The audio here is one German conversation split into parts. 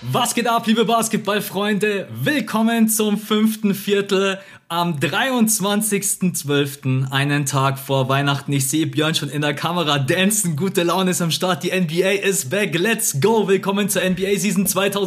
Was geht ab, liebe Basketballfreunde? Willkommen zum 5. Viertel am 23.12., einen Tag vor Weihnachten. Ich sehe Björn schon in der Kamera dancen, gute Laune ist am Start, die NBA ist back, let's go! Willkommen zur NBA-Season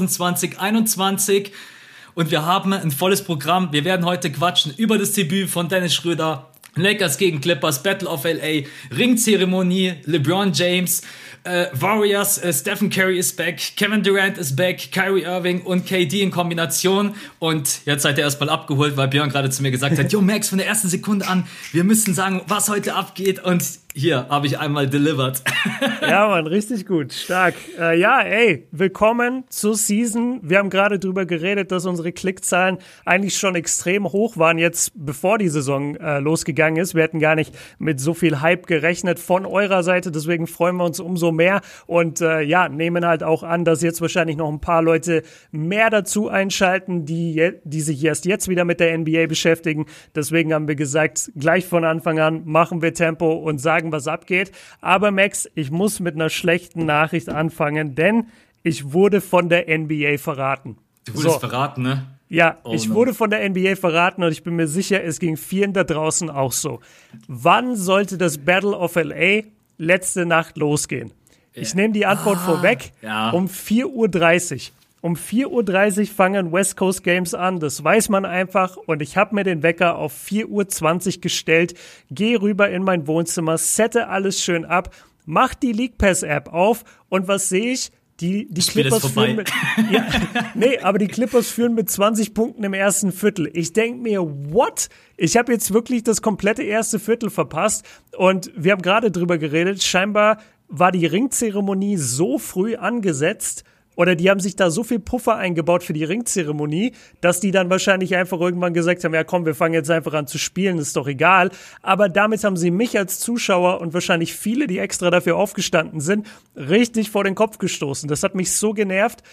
2020-21 und wir haben ein volles Programm. Wir werden heute quatschen über das Debüt von Dennis Schröder, Lakers gegen Clippers, Battle of LA, Ringzeremonie, LeBron James, Warriors, Stephen Curry ist back, Kevin Durant ist back, Kyrie Irving und KD in Kombination. Und jetzt seid ihr erstmal abgeholt, weil Björn gerade zu mir gesagt hat, yo Max, von der ersten Sekunde an, wir müssen sagen, was heute abgeht. Und hier habe ich einmal delivered. Ja, Mann, richtig gut, stark. Willkommen zur Season. Wir haben gerade drüber geredet, dass unsere Klickzahlen eigentlich schon extrem hoch waren, jetzt bevor die Saison losgegangen ist. Wir hätten gar nicht mit so viel Hype gerechnet von eurer Seite, deswegen freuen wir uns umso mehr und nehmen halt auch an, dass jetzt wahrscheinlich noch ein paar Leute mehr dazu einschalten, die sich erst jetzt wieder mit der NBA beschäftigen. Deswegen haben wir gesagt, gleich von Anfang an machen wir Tempo und sagen, was abgeht. Aber Max, ich muss mit einer schlechten Nachricht anfangen, denn ich wurde von der NBA verraten. Du wurdest verraten, ne? Ja, ich wurde von der NBA verraten und ich bin mir sicher, es ging vielen da draußen auch so. Wann sollte das Battle of LA letzte Nacht losgehen? Ich nehme die Antwort vorweg. Ja. Um 4:30 Uhr. Um 4:30 Uhr fangen West Coast Games an, das weiß man einfach. Und ich habe mir den Wecker auf 4:20 Uhr gestellt, gehe rüber in mein Wohnzimmer, sette alles schön ab, mach die League Pass App auf und was sehe ich? Die Clippers führen die Clippers führen mit 20 Punkten im ersten Viertel. Ich denke mir, what? Ich habe jetzt wirklich das komplette erste Viertel verpasst und wir haben gerade drüber geredet, scheinbar war die Ringzeremonie so früh angesetzt, oder die haben sich da so viel Puffer eingebaut für die Ringzeremonie, dass die dann wahrscheinlich einfach irgendwann gesagt haben, ja komm, wir fangen jetzt einfach an zu spielen, ist doch egal. Aber damit haben sie mich als Zuschauer und wahrscheinlich viele, die extra dafür aufgestanden sind, richtig vor den Kopf gestoßen. Das hat mich so genervt.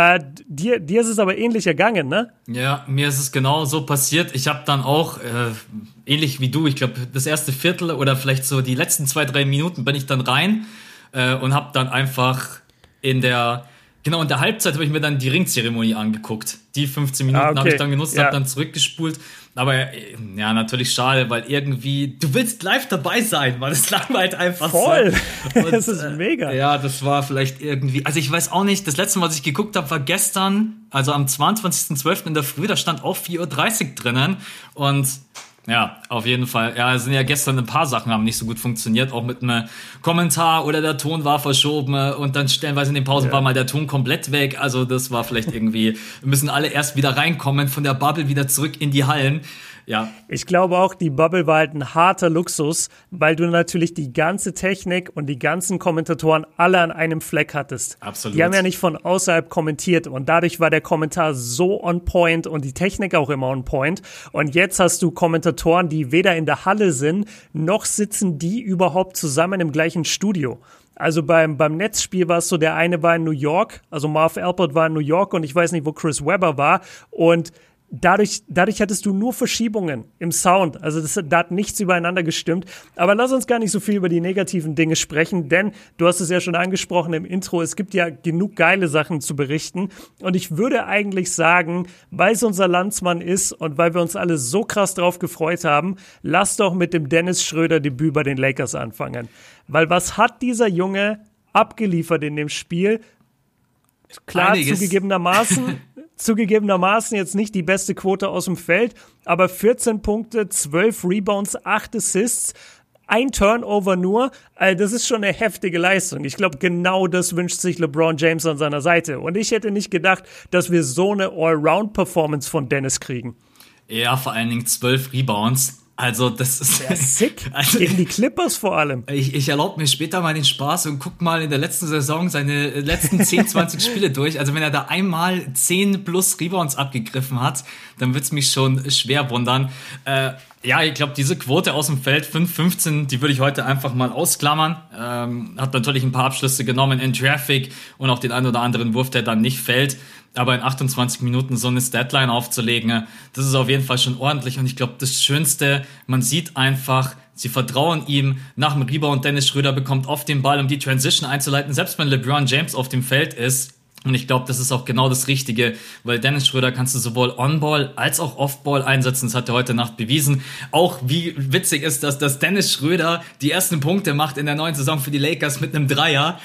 Dir ist es aber ähnlich ergangen, ne? Ja, mir ist es genau so passiert. Ich habe dann auch, ähnlich wie du, ich glaube das erste Viertel oder vielleicht so die letzten 2-3 Minuten bin ich dann rein und habe dann einfach in der Halbzeit habe ich mir dann die Ringzeremonie angeguckt. Die 15 Minuten habe ich dann genutzt, habe dann zurückgespult. Aber ja, natürlich schade, weil irgendwie, du willst live dabei sein, weil es langweilt einfach voll. So. Und, das ist mega. Ja, das war vielleicht irgendwie, also ich weiß auch nicht, das letzte Mal, was ich geguckt habe, war gestern, also am 22.12. in der Früh, da stand auch 4:30 Uhr drinnen und ja, auf jeden Fall. Ja, es sind ja gestern ein paar Sachen haben nicht so gut funktioniert, auch mit einem Kommentar oder der Ton war verschoben und dann stellenweise in den Pausen war mal der Ton komplett weg. Also das war vielleicht irgendwie, wir müssen alle erst wieder reinkommen, von der Bubble wieder zurück in die Hallen. Ja. Ich glaube auch, die Bubble war halt ein harter Luxus, weil du natürlich die ganze Technik und die ganzen Kommentatoren alle an einem Fleck hattest. Absolut. Die haben ja nicht von außerhalb kommentiert und dadurch war der Kommentar so on point und die Technik auch immer on point. Und jetzt hast du Kommentatoren, die weder in der Halle sind, noch sitzen die überhaupt zusammen im gleichen Studio. Also beim Netzspiel war es so, der eine war in New York, also Marv Albert war in New York und ich weiß nicht, wo Chris Webber war und Dadurch hattest du nur Verschiebungen im Sound. Also da hat nichts übereinander gestimmt. Aber lass uns gar nicht so viel über die negativen Dinge sprechen, denn du hast es ja schon angesprochen im Intro, es gibt ja genug geile Sachen zu berichten. Und ich würde eigentlich sagen, weil es unser Landsmann ist und weil wir uns alle so krass drauf gefreut haben, lass doch mit dem Dennis Schröder-Debüt bei den Lakers anfangen. Weil was hat dieser Junge abgeliefert in dem Spiel? Klar, zugegebenermaßen jetzt nicht die beste Quote aus dem Feld, aber 14 Punkte, 12 Rebounds, 8 Assists, ein Turnover nur, das ist schon eine heftige Leistung. Ich glaube, genau das wünscht sich LeBron James an seiner Seite. Und ich hätte nicht gedacht, dass wir so eine Allround-Performance von Dennis kriegen. Ja, vor allen Dingen 12 Rebounds. Also das ist sehr sick, gegen die Clippers vor allem. Ich erlaube mir später mal den Spaß und guck mal in der letzten Saison seine letzten 10, 20 Spiele durch. Also wenn er da einmal 10 plus Rebounds abgegriffen hat, dann wird's mich schon schwer wundern. Ja, ich glaube, diese Quote aus dem Feld, 5-15, die würde ich heute einfach mal ausklammern. Hat natürlich ein paar Abschlüsse genommen in Traffic und auch den einen oder anderen Wurf, der dann nicht fällt. Aber in 28 Minuten so eine Statline aufzulegen, das ist auf jeden Fall schon ordentlich. Und ich glaube, das Schönste, man sieht einfach, sie vertrauen ihm nach dem Rebound. Dennis Schröder bekommt oft den Ball, um die Transition einzuleiten. Selbst wenn LeBron James auf dem Feld ist, Und ich glaube, das ist auch genau das Richtige, weil Dennis Schröder kannst du sowohl On-Ball als auch Off-Ball einsetzen. Das hat er heute Nacht bewiesen. Auch wie witzig ist das, dass Dennis Schröder die ersten Punkte macht in der neuen Saison für die Lakers mit einem Dreier.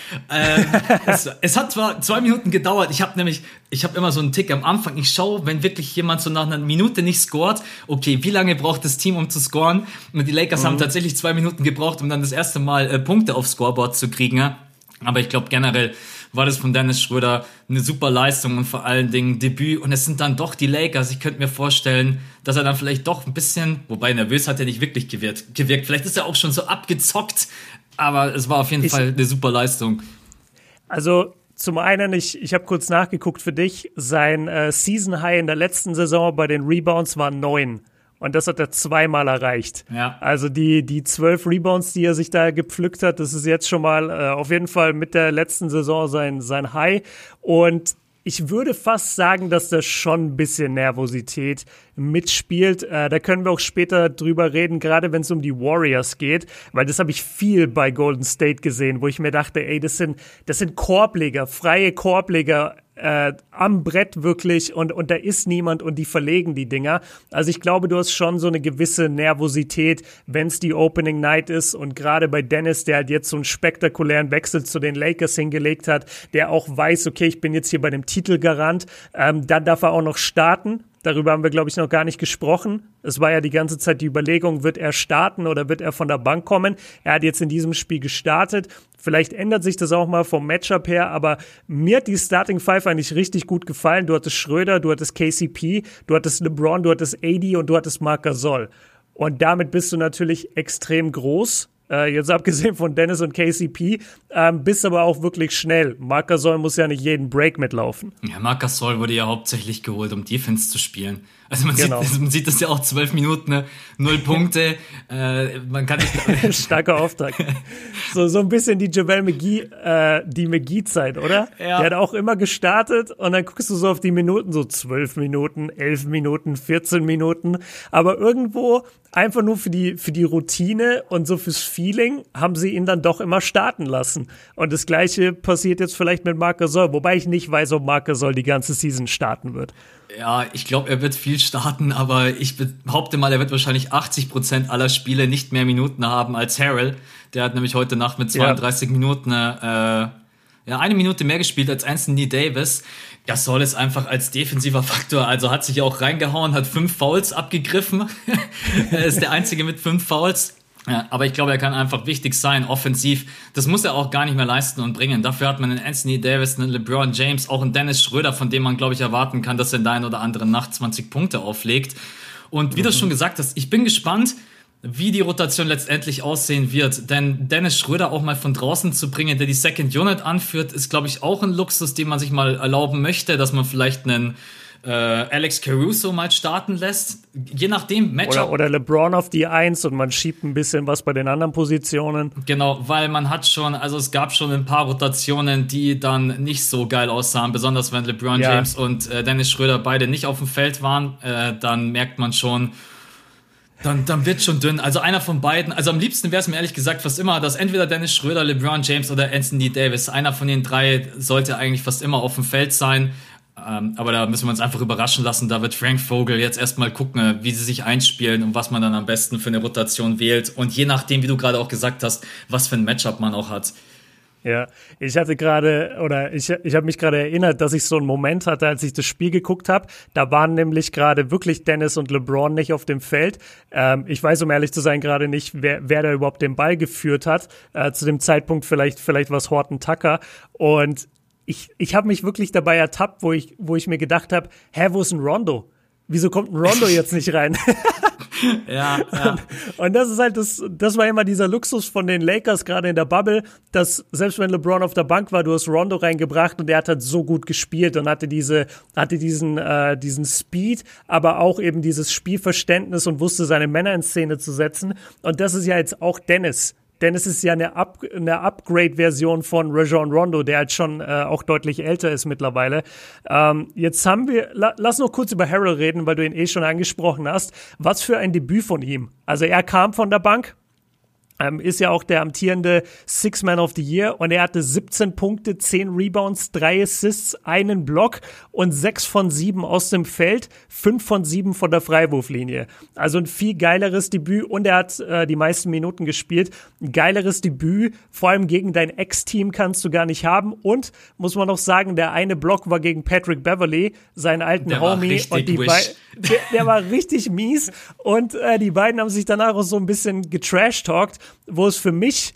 Es hat zwar 2 Minuten gedauert. Ich habe immer so einen Tick am Anfang. Ich schaue, wenn wirklich jemand so nach einer Minute nicht scoret, okay, wie lange braucht das Team, um zu scoren? Und die Lakers haben tatsächlich 2 Minuten gebraucht, um dann das erste Mal Punkte aufs Scoreboard zu kriegen. Ja? Aber ich glaube generell war das von Dennis Schröder eine super Leistung und vor allen Dingen Debüt. Und es sind dann doch die Lakers. Ich könnte mir vorstellen, dass er dann vielleicht doch ein bisschen, wobei nervös hat er nicht wirklich gewirkt. Vielleicht ist er auch schon so abgezockt, aber es war auf jeden Fall eine super Leistung. Also zum einen, ich habe kurz nachgeguckt für dich, sein Season High in der letzten Saison bei den Rebounds war 9. Und das hat er 2-mal erreicht. Ja. Also die 12 Rebounds, die er sich da gepflückt hat, das ist jetzt schon mal auf jeden Fall mit der letzten Saison sein High. Und ich würde fast sagen, dass da schon ein bisschen Nervosität mitspielt. Da können wir auch später drüber reden, gerade wenn es um die Warriors geht, weil das habe ich viel bei Golden State gesehen, wo ich mir dachte, ey, das sind Korbleger, freie Korbleger, am Brett wirklich und da ist niemand und die verlegen die Dinger. Also ich glaube, du hast schon so eine gewisse Nervosität, wenn es die Opening Night ist und gerade bei Dennis, der halt jetzt so einen spektakulären Wechsel zu den Lakers hingelegt hat, der auch weiß, okay, ich bin jetzt hier bei dem Titelgarant, dann darf er auch noch starten. Darüber haben wir, glaube ich, noch gar nicht gesprochen. Es war ja die ganze Zeit die Überlegung, wird er starten oder wird er von der Bank kommen? Er hat jetzt in diesem Spiel gestartet. Vielleicht ändert sich das auch mal vom Matchup her, aber mir hat die Starting Five eigentlich richtig gut gefallen. Du hattest Schröder, du hattest KCP, du hattest LeBron, du hattest AD und du hattest Marc Gasol. Und damit bist du natürlich extrem groß. Jetzt abgesehen von Dennis und KCP, bist aber auch wirklich schnell. Marc Gasol muss ja nicht jeden Break mitlaufen. Ja, Marc Gasol wurde ja hauptsächlich geholt, um Defense zu spielen. Also man sieht das ja auch 12 Minuten, ne? 0 Punkte. Man kann nicht starker Auftakt. So ein bisschen die JaVale McGee, die McGee-Zeit, oder? Ja. Der hat auch immer gestartet und dann guckst du so auf die Minuten, so 12 Minuten, 11 Minuten, 14 Minuten. Aber irgendwo einfach nur für die Routine und so fürs Feeling haben sie ihn dann doch immer starten lassen. Und das Gleiche passiert jetzt vielleicht mit Marc Gasol, wobei ich nicht weiß, ob Marc Gasol die ganze Season starten wird. Ja, ich glaube, er wird viel starten, aber ich behaupte mal, er wird wahrscheinlich 80% aller Spiele nicht mehr Minuten haben als Harrell. Der hat nämlich heute Nacht mit 32 Minuten eine Minute mehr gespielt als Anthony Davis. Gasol ist einfach als defensiver Faktor, also hat sich auch reingehauen, hat 5 Fouls abgegriffen. Er ist der Einzige mit 5 Fouls. Ja, aber ich glaube, er kann einfach wichtig sein, offensiv. Das muss er auch gar nicht mehr leisten und bringen. Dafür hat man einen Anthony Davis, einen LeBron James, auch einen Dennis Schröder, von dem man, glaube ich, erwarten kann, dass er in der einen oder anderen Nacht 20 Punkte auflegt. Und wie du schon gesagt hast, ich bin gespannt, wie die Rotation letztendlich aussehen wird. Denn Dennis Schröder auch mal von draußen zu bringen, der die Second Unit anführt, ist, glaube ich, auch ein Luxus, den man sich mal erlauben möchte, dass man vielleicht einen Alex Caruso mal starten lässt, je nachdem Matchup. Oder LeBron auf die 1 und man schiebt ein bisschen was bei den anderen Positionen. Genau, weil man hat schon, also es gab schon ein paar Rotationen, die dann nicht so geil aussahen, besonders wenn LeBron James und Dennis Schröder beide nicht auf dem Feld waren, dann merkt man schon, dann wird schon dünn. Also einer von beiden, also am liebsten wäre es mir ehrlich gesagt fast immer, dass entweder Dennis Schröder, LeBron James oder Anthony Davis, einer von den 3 sollte eigentlich fast immer auf dem Feld sein. Aber da müssen wir uns einfach überraschen lassen. Da wird Frank Vogel jetzt erstmal gucken, wie sie sich einspielen und was man dann am besten für eine Rotation wählt. Und je nachdem, wie du gerade auch gesagt hast, was für ein Matchup man auch hat. Ja, ich habe mich gerade erinnert, dass ich so einen Moment hatte, als ich das Spiel geguckt habe. Da waren nämlich gerade wirklich Dennis und LeBron nicht auf dem Feld. Ich weiß, um ehrlich zu sein, gerade nicht, wer da überhaupt den Ball geführt hat. Zu dem Zeitpunkt vielleicht war es Horton Tucker. Und ich habe mich wirklich dabei ertappt, wo ich mir gedacht habe, wo ist ein Rondo? Wieso kommt ein Rondo jetzt nicht rein? Ja. Und das ist halt das war immer dieser Luxus von den Lakers, gerade in der Bubble, dass selbst wenn LeBron auf der Bank war, du hast Rondo reingebracht und der hat halt so gut gespielt und hatte diesen Speed, aber auch eben dieses Spielverständnis und wusste, seine Männer in Szene zu setzen. Und das ist ja jetzt auch Dennis. Dennis ist ja eine Upgrade-Version von Rajon Rondo, der halt schon auch deutlich älter ist mittlerweile. Jetzt haben wir, lass noch kurz über Harrell reden, weil du ihn schon angesprochen hast. Was für ein Debüt von ihm. Also er kam von der Bank Ist ja auch der amtierende Sixth Man of the Year und er hatte 17 Punkte, 10 Rebounds, 3 Assists, einen Block und 6 von 7 aus dem Feld, 5 von 7 von der Freiwurflinie. Also ein viel geileres Debüt und er hat die meisten Minuten gespielt. Ein geileres Debüt, vor allem gegen dein Ex-Team kannst du gar nicht haben und, muss man noch sagen, der eine Block war gegen Patrick Beverley, seinen alten der Homie. Und der war richtig mies und die beiden haben sich danach auch so ein bisschen getrash-talkt, wo es für mich,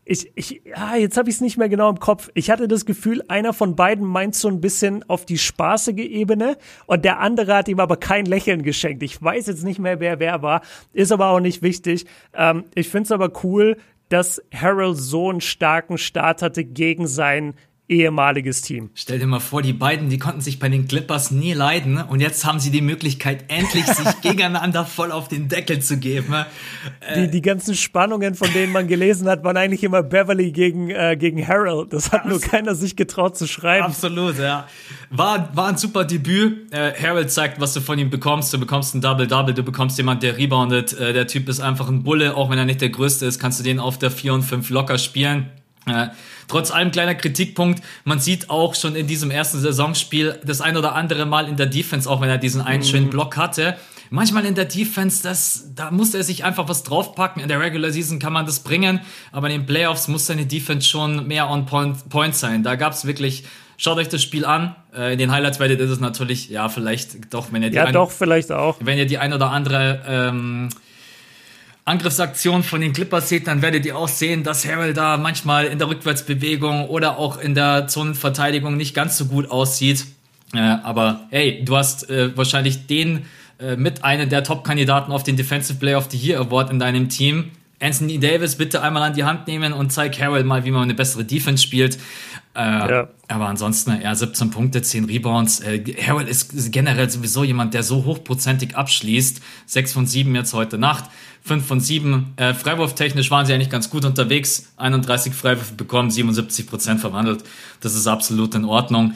jetzt habe ich es nicht mehr genau im Kopf. Ich hatte das Gefühl, einer von beiden meint so ein bisschen auf die spaßige Ebene und der andere hat ihm aber kein Lächeln geschenkt. Ich weiß jetzt nicht mehr, wer war, ist aber auch nicht wichtig. Ich finde es aber cool, dass Harrell so einen starken Start hatte gegen sein ehemaliges Team. Stell dir mal vor, die beiden, die konnten sich bei den Clippers nie leiden und jetzt haben sie die Möglichkeit, endlich sich gegeneinander voll auf den Deckel zu geben. Die ganzen Spannungen, von denen man gelesen hat, waren eigentlich immer Beverly gegen Harrell. Das hat nur keiner sich getraut zu schreiben. Absolut, ja. War ein super Debüt. Harrell zeigt, was du von ihm bekommst. Du bekommst ein Double-Double, du bekommst jemand, der reboundet. Der Typ ist einfach ein Bulle, auch wenn er nicht der Größte ist, kannst du den auf der 4 und 5 locker spielen. Trotz allem kleiner Kritikpunkt, man sieht auch schon in diesem ersten Saisonspiel das ein oder andere Mal in der Defense, auch wenn er diesen einen schönen Block hatte, manchmal in der Defense, da musste er sich einfach was draufpacken. In der Regular Season kann man das bringen, aber in den Playoffs muss seine Defense schon mehr on point sein. Da gab's wirklich, schaut euch das Spiel an. In den Highlights werdet ihr das natürlich, ja, vielleicht doch, wenn ihr die vielleicht auch. Wenn ihr die ein oder andere Angriffsaktion von den Clippers seht, dann werdet ihr auch sehen, dass Harrell da manchmal in der Rückwärtsbewegung oder auch in der Zonenverteidigung nicht ganz so gut aussieht. Aber hey, du hast wahrscheinlich den mit einem der Top-Kandidaten auf den Defensive Player of the Year Award in deinem Team. Anthony Davis bitte einmal an die Hand nehmen und zeig Harrell mal, wie man eine bessere Defense spielt. Aber ansonsten, 17 Punkte, 10 Rebounds. Harrell ist generell sowieso jemand, der so hochprozentig abschließt. 6 von 7 jetzt heute Nacht. 5 von 7. Freiwurftechnisch waren sie eigentlich ganz gut unterwegs. 31 Freiwürfe bekommen, 77% verwandelt. Das ist absolut in Ordnung.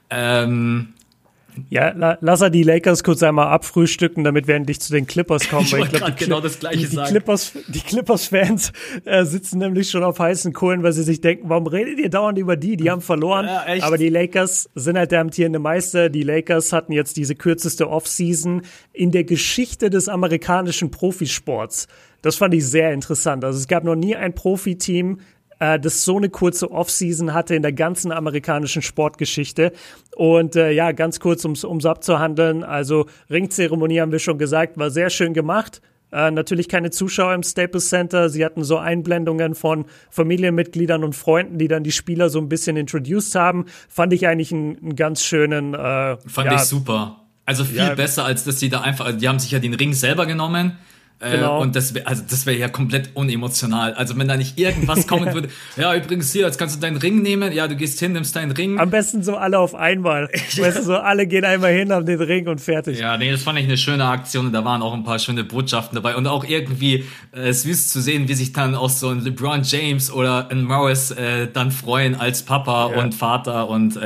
Lass er die Lakers kurz einmal abfrühstücken, damit wir endlich zu den Clippers kommen. Ich wollte gerade genau das Gleiche sagen. Die Clippers-Fans sitzen nämlich schon auf heißen Kohlen, weil sie sich denken, warum redet ihr dauernd über die? Die haben verloren. Ja, echt? Aber die Lakers sind halt der amtierende Meister. Die Lakers hatten jetzt diese kürzeste Offseason in der Geschichte des amerikanischen Profisports. Das fand ich sehr interessant. Also es gab noch nie ein Profiteam, das so eine kurze Offseason hatte in der ganzen amerikanischen Sportgeschichte. Und ganz kurz, um's abzuhandeln, also Ringzeremonie haben wir schon gesagt, war sehr schön gemacht. Natürlich keine Zuschauer im Staples Center. Sie hatten so Einblendungen von Familienmitgliedern und Freunden, die dann die Spieler so ein bisschen introduced haben. Fand ich eigentlich einen ganz schönen... Fand ich super. Also viel besser, als dass die da einfach... Die haben sich ja den Ring selber genommen. Genau. Und das wäre ja komplett unemotional. Also wenn da nicht irgendwas kommen würde, ja, übrigens hier, jetzt kannst du deinen Ring nehmen, ja, du gehst hin, nimmst deinen Ring. Am besten so alle auf einmal. Weißt du, so alle gehen einmal hin, haben den Ring und fertig. Ja, nee, das fand ich eine schöne Aktion und da waren auch ein paar schöne Botschaften dabei und auch irgendwie süß zu sehen, wie sich dann auch so ein LeBron James oder ein Morris dann freuen als Papa und Vater und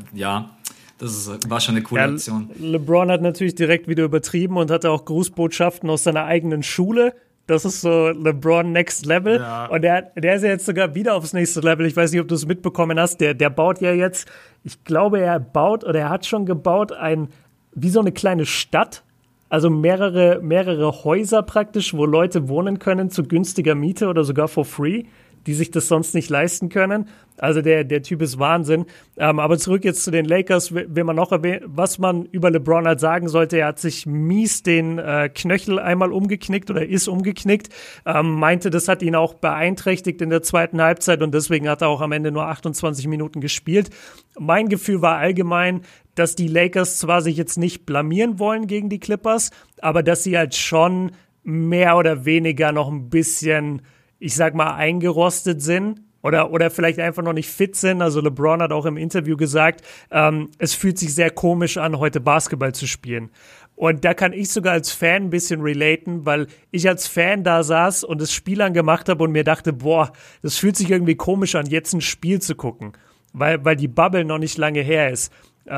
war schon eine coole Aktion. LeBron hat natürlich direkt wieder übertrieben und hatte auch Grußbotschaften aus seiner eigenen Schule. Das ist so LeBron Next Level. Ja. Und der ist ja jetzt sogar wieder aufs nächste Level. Ich weiß nicht, ob du es mitbekommen hast. Der baut ja jetzt, ich glaube, er hat schon gebaut, wie so eine kleine Stadt. Also mehrere Häuser praktisch, wo Leute wohnen können zu günstiger Miete oder sogar for free, die sich das sonst nicht leisten können. Also der Typ ist Wahnsinn. Aber zurück jetzt zu den Lakers, will man noch erwähnen, was man über LeBron halt sagen sollte. Er hat sich mies den Knöchel einmal umgeknickt oder ist umgeknickt. Meinte, das hat ihn auch beeinträchtigt in der zweiten Halbzeit und deswegen hat er auch am Ende nur 28 Minuten gespielt. Mein Gefühl war allgemein, dass die Lakers zwar sich jetzt nicht blamieren wollen gegen die Clippers, aber dass sie halt schon mehr oder weniger noch ein bisschen, ich sag mal, eingerostet sind oder vielleicht einfach noch nicht fit sind. Also LeBron hat auch im Interview gesagt, es fühlt sich sehr komisch an, heute Basketball zu spielen. Und da kann ich sogar als Fan ein bisschen relaten, weil ich als Fan da saß und das Spiel angemacht habe und mir dachte, boah, das fühlt sich irgendwie komisch an, jetzt ein Spiel zu gucken, weil die Bubble noch nicht lange her ist.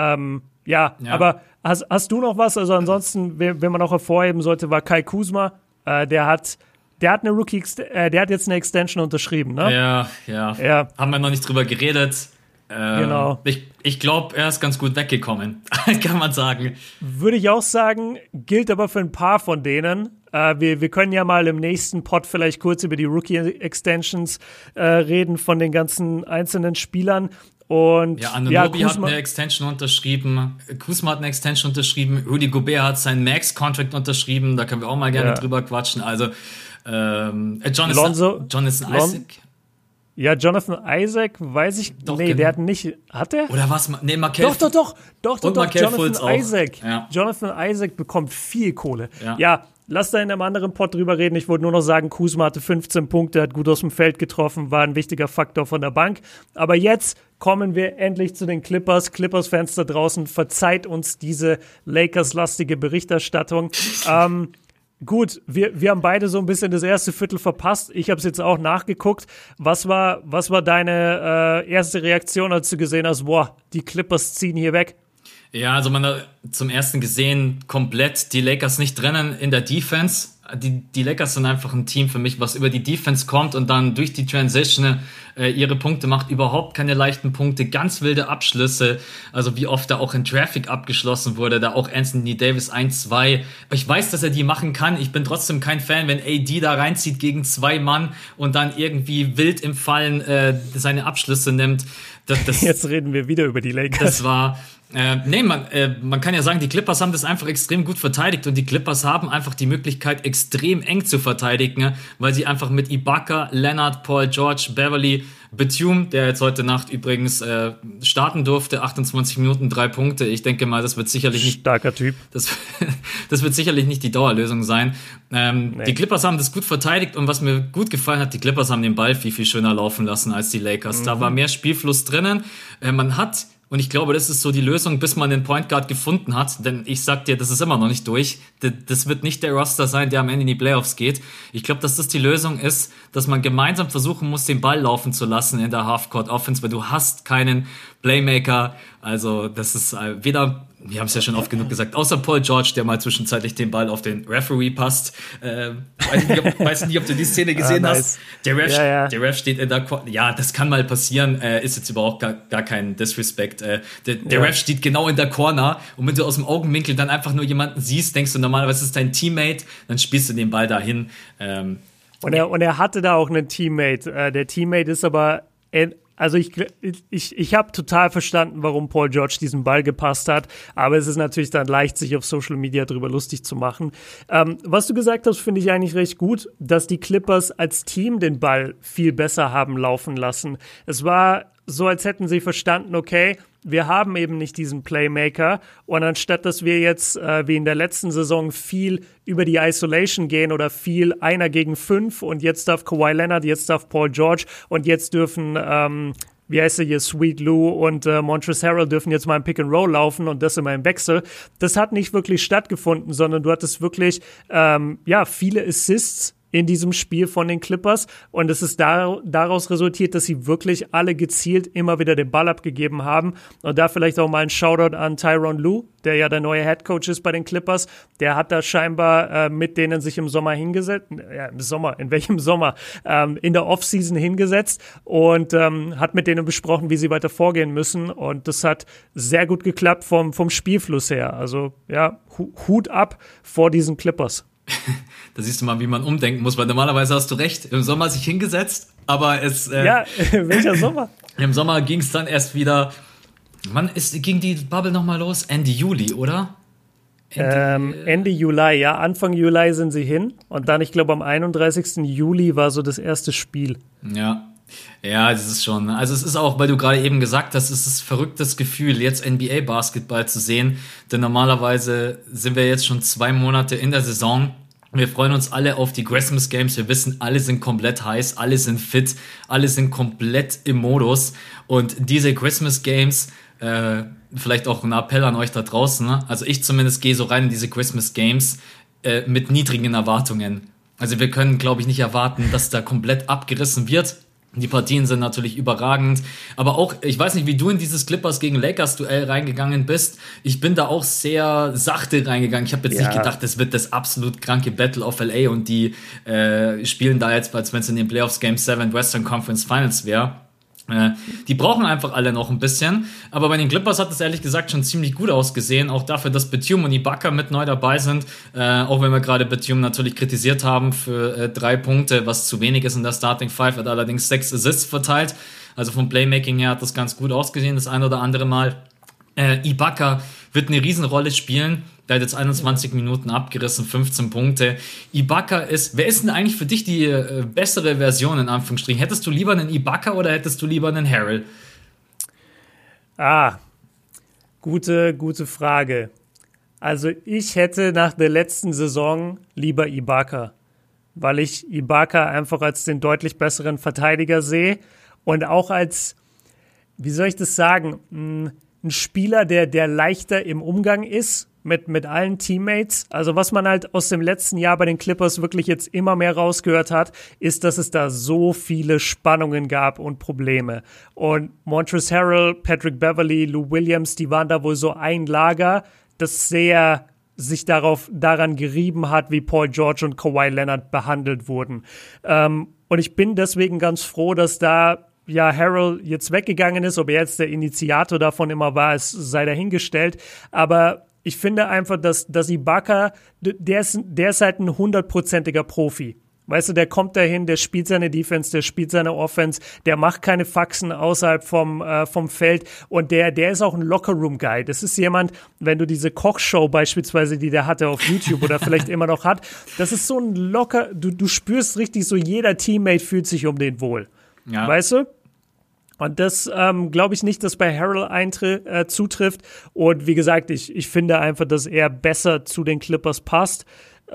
Aber hast du noch was? Also ansonsten, wen man noch hervorheben sollte, war Kai Kuzma. Der hat der hat der hat jetzt eine Extension unterschrieben, ne? Ja. Haben wir noch nicht drüber geredet. Genau. Ich glaube, er ist ganz gut weggekommen, kann man sagen. Würde ich auch sagen, gilt aber für ein paar von denen. Wir können ja mal im nächsten Pod vielleicht kurz über die Rookie-Extensions reden von den ganzen einzelnen Spielern. Und ja, Anunoby hat eine Extension unterschrieben, Kuzma hat eine Extension unterschrieben, Rudy Gobert hat seinen Max-Contract unterschrieben, da können wir auch mal gerne drüber quatschen. Also Jonathan Isaac. Ja, Jonathan Isaac, weiß ich, doch, nee, genau. Der hat nicht, hat er? Oder was? Nee, Markel. Doch, Jonathan Isaac. Ja. Jonathan Isaac bekommt viel Kohle. Ja. Ja, lass da in einem anderen Pod drüber reden. Ich wollte nur noch sagen, Kuzma hatte 15 Punkte, hat gut aus dem Feld getroffen, war ein wichtiger Faktor von der Bank. Aber jetzt kommen wir endlich zu den Clippers. Clippers-Fans da draußen, verzeiht uns diese Lakers-lastige Berichterstattung. Gut, wir haben beide so ein bisschen das erste Viertel verpasst. Ich habe es jetzt auch nachgeguckt. Was war deine erste Reaktion, als du gesehen hast, boah, die Clippers ziehen hier weg? Ja, also man hat zum ersten gesehen, komplett die Lakers nicht trennen in der Defense. Die Lakers sind einfach ein Team für mich, was über die Defense kommt und dann durch die Transition ihre Punkte macht. Überhaupt keine leichten Punkte, ganz wilde Abschlüsse. Also wie oft da auch in Traffic abgeschlossen wurde, da auch Anthony Davis 1-2. Ich weiß, dass er die machen kann. Ich bin trotzdem kein Fan, wenn AD da reinzieht gegen 2 Mann und dann irgendwie wild im Fallen seine Abschlüsse nimmt. Jetzt reden wir wieder über die Lakers. Das war... man kann ja sagen, die Clippers haben das einfach extrem gut verteidigt und die Clippers haben einfach die Möglichkeit, extrem eng zu verteidigen, weil sie einfach mit Ibaka, Leonard, Paul George, Beverly, Batum, der jetzt heute Nacht übrigens starten durfte, 28 Minuten, 3 Punkte. Ich denke mal, das wird sicherlich nicht... Starker Typ. Das wird sicherlich nicht die Dauerlösung sein. Nee. Die Clippers haben das gut verteidigt und was mir gut gefallen hat, die Clippers haben den Ball viel, viel schöner laufen lassen als die Lakers. Da war mehr Spielfluss drinnen. Man hat... Und ich glaube, das ist so die Lösung, bis man den Point Guard gefunden hat. Denn ich sag dir, das ist immer noch nicht durch. Das wird nicht der Roster sein, der am Ende in die Playoffs geht. Ich glaube, dass das die Lösung ist, dass man gemeinsam versuchen muss, den Ball laufen zu lassen in der Half-Court Offense, weil du hast keinen Playmaker. Also das ist weder... Wir haben es ja schon oft genug gesagt, außer Paul George, der mal zwischenzeitlich den Ball auf den Referee passt. Weiß nicht, ob du die Szene gesehen hast. Der Ref steht in der ja, das kann mal passieren, ist jetzt überhaupt gar kein Disrespect. Der Ref steht genau in der Corner und wenn du aus dem Augenwinkel dann einfach nur jemanden siehst, denkst du normalerweise ist dein Teammate, dann spielst du den Ball dahin. Und er hatte da auch einen Teammate. Der Teammate ist aber... Also ich habe total verstanden, warum Paul George diesen Ball gepasst hat, aber es ist natürlich dann leicht, sich auf Social Media drüber lustig zu machen. Was du gesagt hast, finde ich eigentlich recht gut, dass die Clippers als Team den Ball viel besser haben laufen lassen. Es war so, als hätten sie verstanden, okay, wir haben eben nicht diesen Playmaker und anstatt, dass wir jetzt wie in der letzten Saison viel über die Isolation gehen oder viel 1 gegen 5 und jetzt darf Kawhi Leonard, jetzt darf Paul George und jetzt dürfen, wie heißt er hier, Sweet Lou und Montrezl Harrell dürfen jetzt mal im Pick and Roll laufen und das immer im Wechsel. Das hat nicht wirklich stattgefunden, sondern du hattest wirklich viele Assists in diesem Spiel von den Clippers und es ist daraus resultiert, dass sie wirklich alle gezielt immer wieder den Ball abgegeben haben und da vielleicht auch mal ein Shoutout an Tyronn Lue, der ja der neue Headcoach ist bei den Clippers, der hat da scheinbar mit denen sich im Sommer hingesetzt, in welchem Sommer? In der Offseason hingesetzt und hat mit denen besprochen, wie sie weiter vorgehen müssen und das hat sehr gut geklappt vom Spielfluss her, also ja, Hut ab vor diesen Clippers. Da siehst du mal, wie man umdenken muss, weil normalerweise hast du recht, im Sommer sich hingesetzt, aber es... ja, welcher Sommer? Im Sommer ging es dann erst wieder... ging die Bubble nochmal los? Ende Juli, oder? Ende Juli, ja. Anfang Juli sind sie hin und dann, ich glaube, am 31. Juli war so das erste Spiel. Ja, das ist schon... Also es ist auch, weil du gerade eben gesagt hast, es ist ein verrücktes Gefühl, jetzt NBA-Basketball zu sehen, denn normalerweise sind wir jetzt schon 2 Monate in der Saison. Wir freuen uns alle auf die Christmas Games. Wir wissen, alle sind komplett heiß, alle sind fit, alle sind komplett im Modus. Und diese Christmas Games, vielleicht auch ein Appell an euch da draußen, ne? Also ich zumindest gehe so rein in diese Christmas Games mit niedrigen Erwartungen. Also wir können, glaube ich, nicht erwarten, dass da komplett abgerissen wird. Die Partien sind natürlich überragend, aber auch, ich weiß nicht, wie du in dieses Clippers gegen Lakers Duell reingegangen bist. Ich bin da auch sehr sachte reingegangen. Ich habe jetzt nicht gedacht, das wird das absolut kranke Battle of LA und die spielen da jetzt, als wenn es in den Playoffs Game 7 Western Conference Finals wäre. Die brauchen einfach alle noch ein bisschen, aber bei den Clippers hat es ehrlich gesagt schon ziemlich gut ausgesehen, auch dafür, dass Batum und Ibaka mit neu dabei sind, auch wenn wir gerade Batum natürlich kritisiert haben für 3 Punkte, was zu wenig ist in der Starting Five, hat allerdings 6 Assists verteilt, also vom Playmaking her hat das ganz gut ausgesehen, das ein oder andere Mal. Ibaka wird eine Riesenrolle spielen. Der hat jetzt 21 Minuten abgerissen, 15 Punkte. Ibaka wer ist denn eigentlich für dich die bessere Version, in Anführungsstrichen? Hättest du lieber einen Ibaka oder hättest du lieber einen Harrell? Gute Frage. Also ich hätte nach der letzten Saison lieber Ibaka, weil ich Ibaka einfach als den deutlich besseren Verteidiger sehe und auch als, wie soll ich das sagen, ein Spieler, der leichter im Umgang ist mit allen Teammates. Also was man halt aus dem letzten Jahr bei den Clippers wirklich jetzt immer mehr rausgehört hat, ist, dass es da so viele Spannungen gab und Probleme. Und Montrezl Harrell, Patrick Beverley, Lou Williams, die waren da wohl so ein Lager, das sehr sich daran gerieben hat, wie Paul George und Kawhi Leonard behandelt wurden. Und ich bin deswegen ganz froh, dass da Harrell jetzt weggegangen ist. Ob er jetzt der Initiator davon immer war, es sei dahingestellt. Aber ich finde einfach, dass Ibaka, der ist halt ein 100%iger Profi. Weißt du, der kommt dahin, der spielt seine Defense, der spielt seine Offense, der macht keine Faxen außerhalb vom Feld und der ist auch ein Lockerroom-Guy. Das ist jemand, wenn du diese Kochshow beispielsweise, die der hatte auf YouTube oder vielleicht immer noch hat, das ist so ein du spürst richtig so, jeder Teammate fühlt sich um den wohl. Ja. Weißt du? Und das glaube ich nicht, dass bei Harrell zutrifft. Und wie gesagt, ich finde einfach, dass er besser zu den Clippers passt.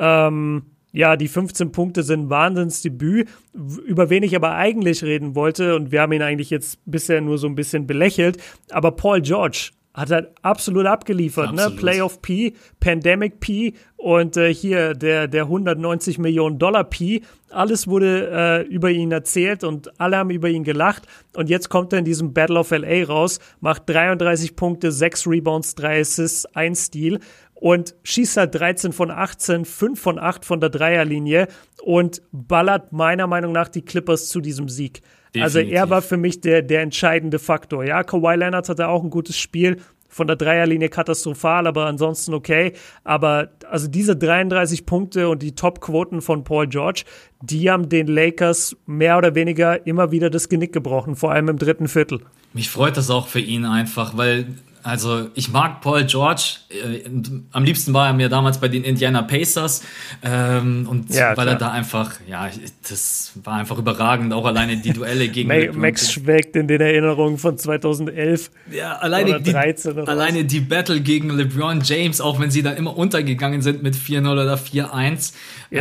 Die 15 Punkte sind ein Wahnsinnsdebüt, über wen ich aber eigentlich reden wollte. Und wir haben ihn eigentlich jetzt bisher nur so ein bisschen belächelt. Aber Paul George hat halt absolut abgeliefert, absolut. Ne? Playoff P, Pandemic P und hier der 190 Millionen Dollar P. Alles wurde über ihn erzählt und alle haben über ihn gelacht. Und jetzt kommt er in diesem Battle of LA raus, macht 33 Punkte, 6 Rebounds, 3 Assists, 1 Steal und schießt halt 13 von 18, 5 von 8 von der Dreierlinie und ballert meiner Meinung nach die Clippers zu diesem Sieg. Definitiv. Also er war für mich der entscheidende Faktor. Ja, Kawhi Leonard hatte auch ein gutes Spiel, von der Dreierlinie katastrophal, aber ansonsten okay. Aber also diese 33 Punkte und die Top-Quoten von Paul George, die haben den Lakers mehr oder weniger immer wieder das Genick gebrochen, vor allem im dritten Viertel. Mich freut das auch für ihn einfach, weil also ich mag Paul George, am liebsten war er mir damals bei den Indiana Pacers weil er da einfach, das war einfach überragend, auch alleine die Duelle gegen Max schwelgt in den Erinnerungen von 2011 alleine 13 die Battle gegen LeBron James, auch wenn sie dann immer untergegangen sind mit 4-0 oder 4-1.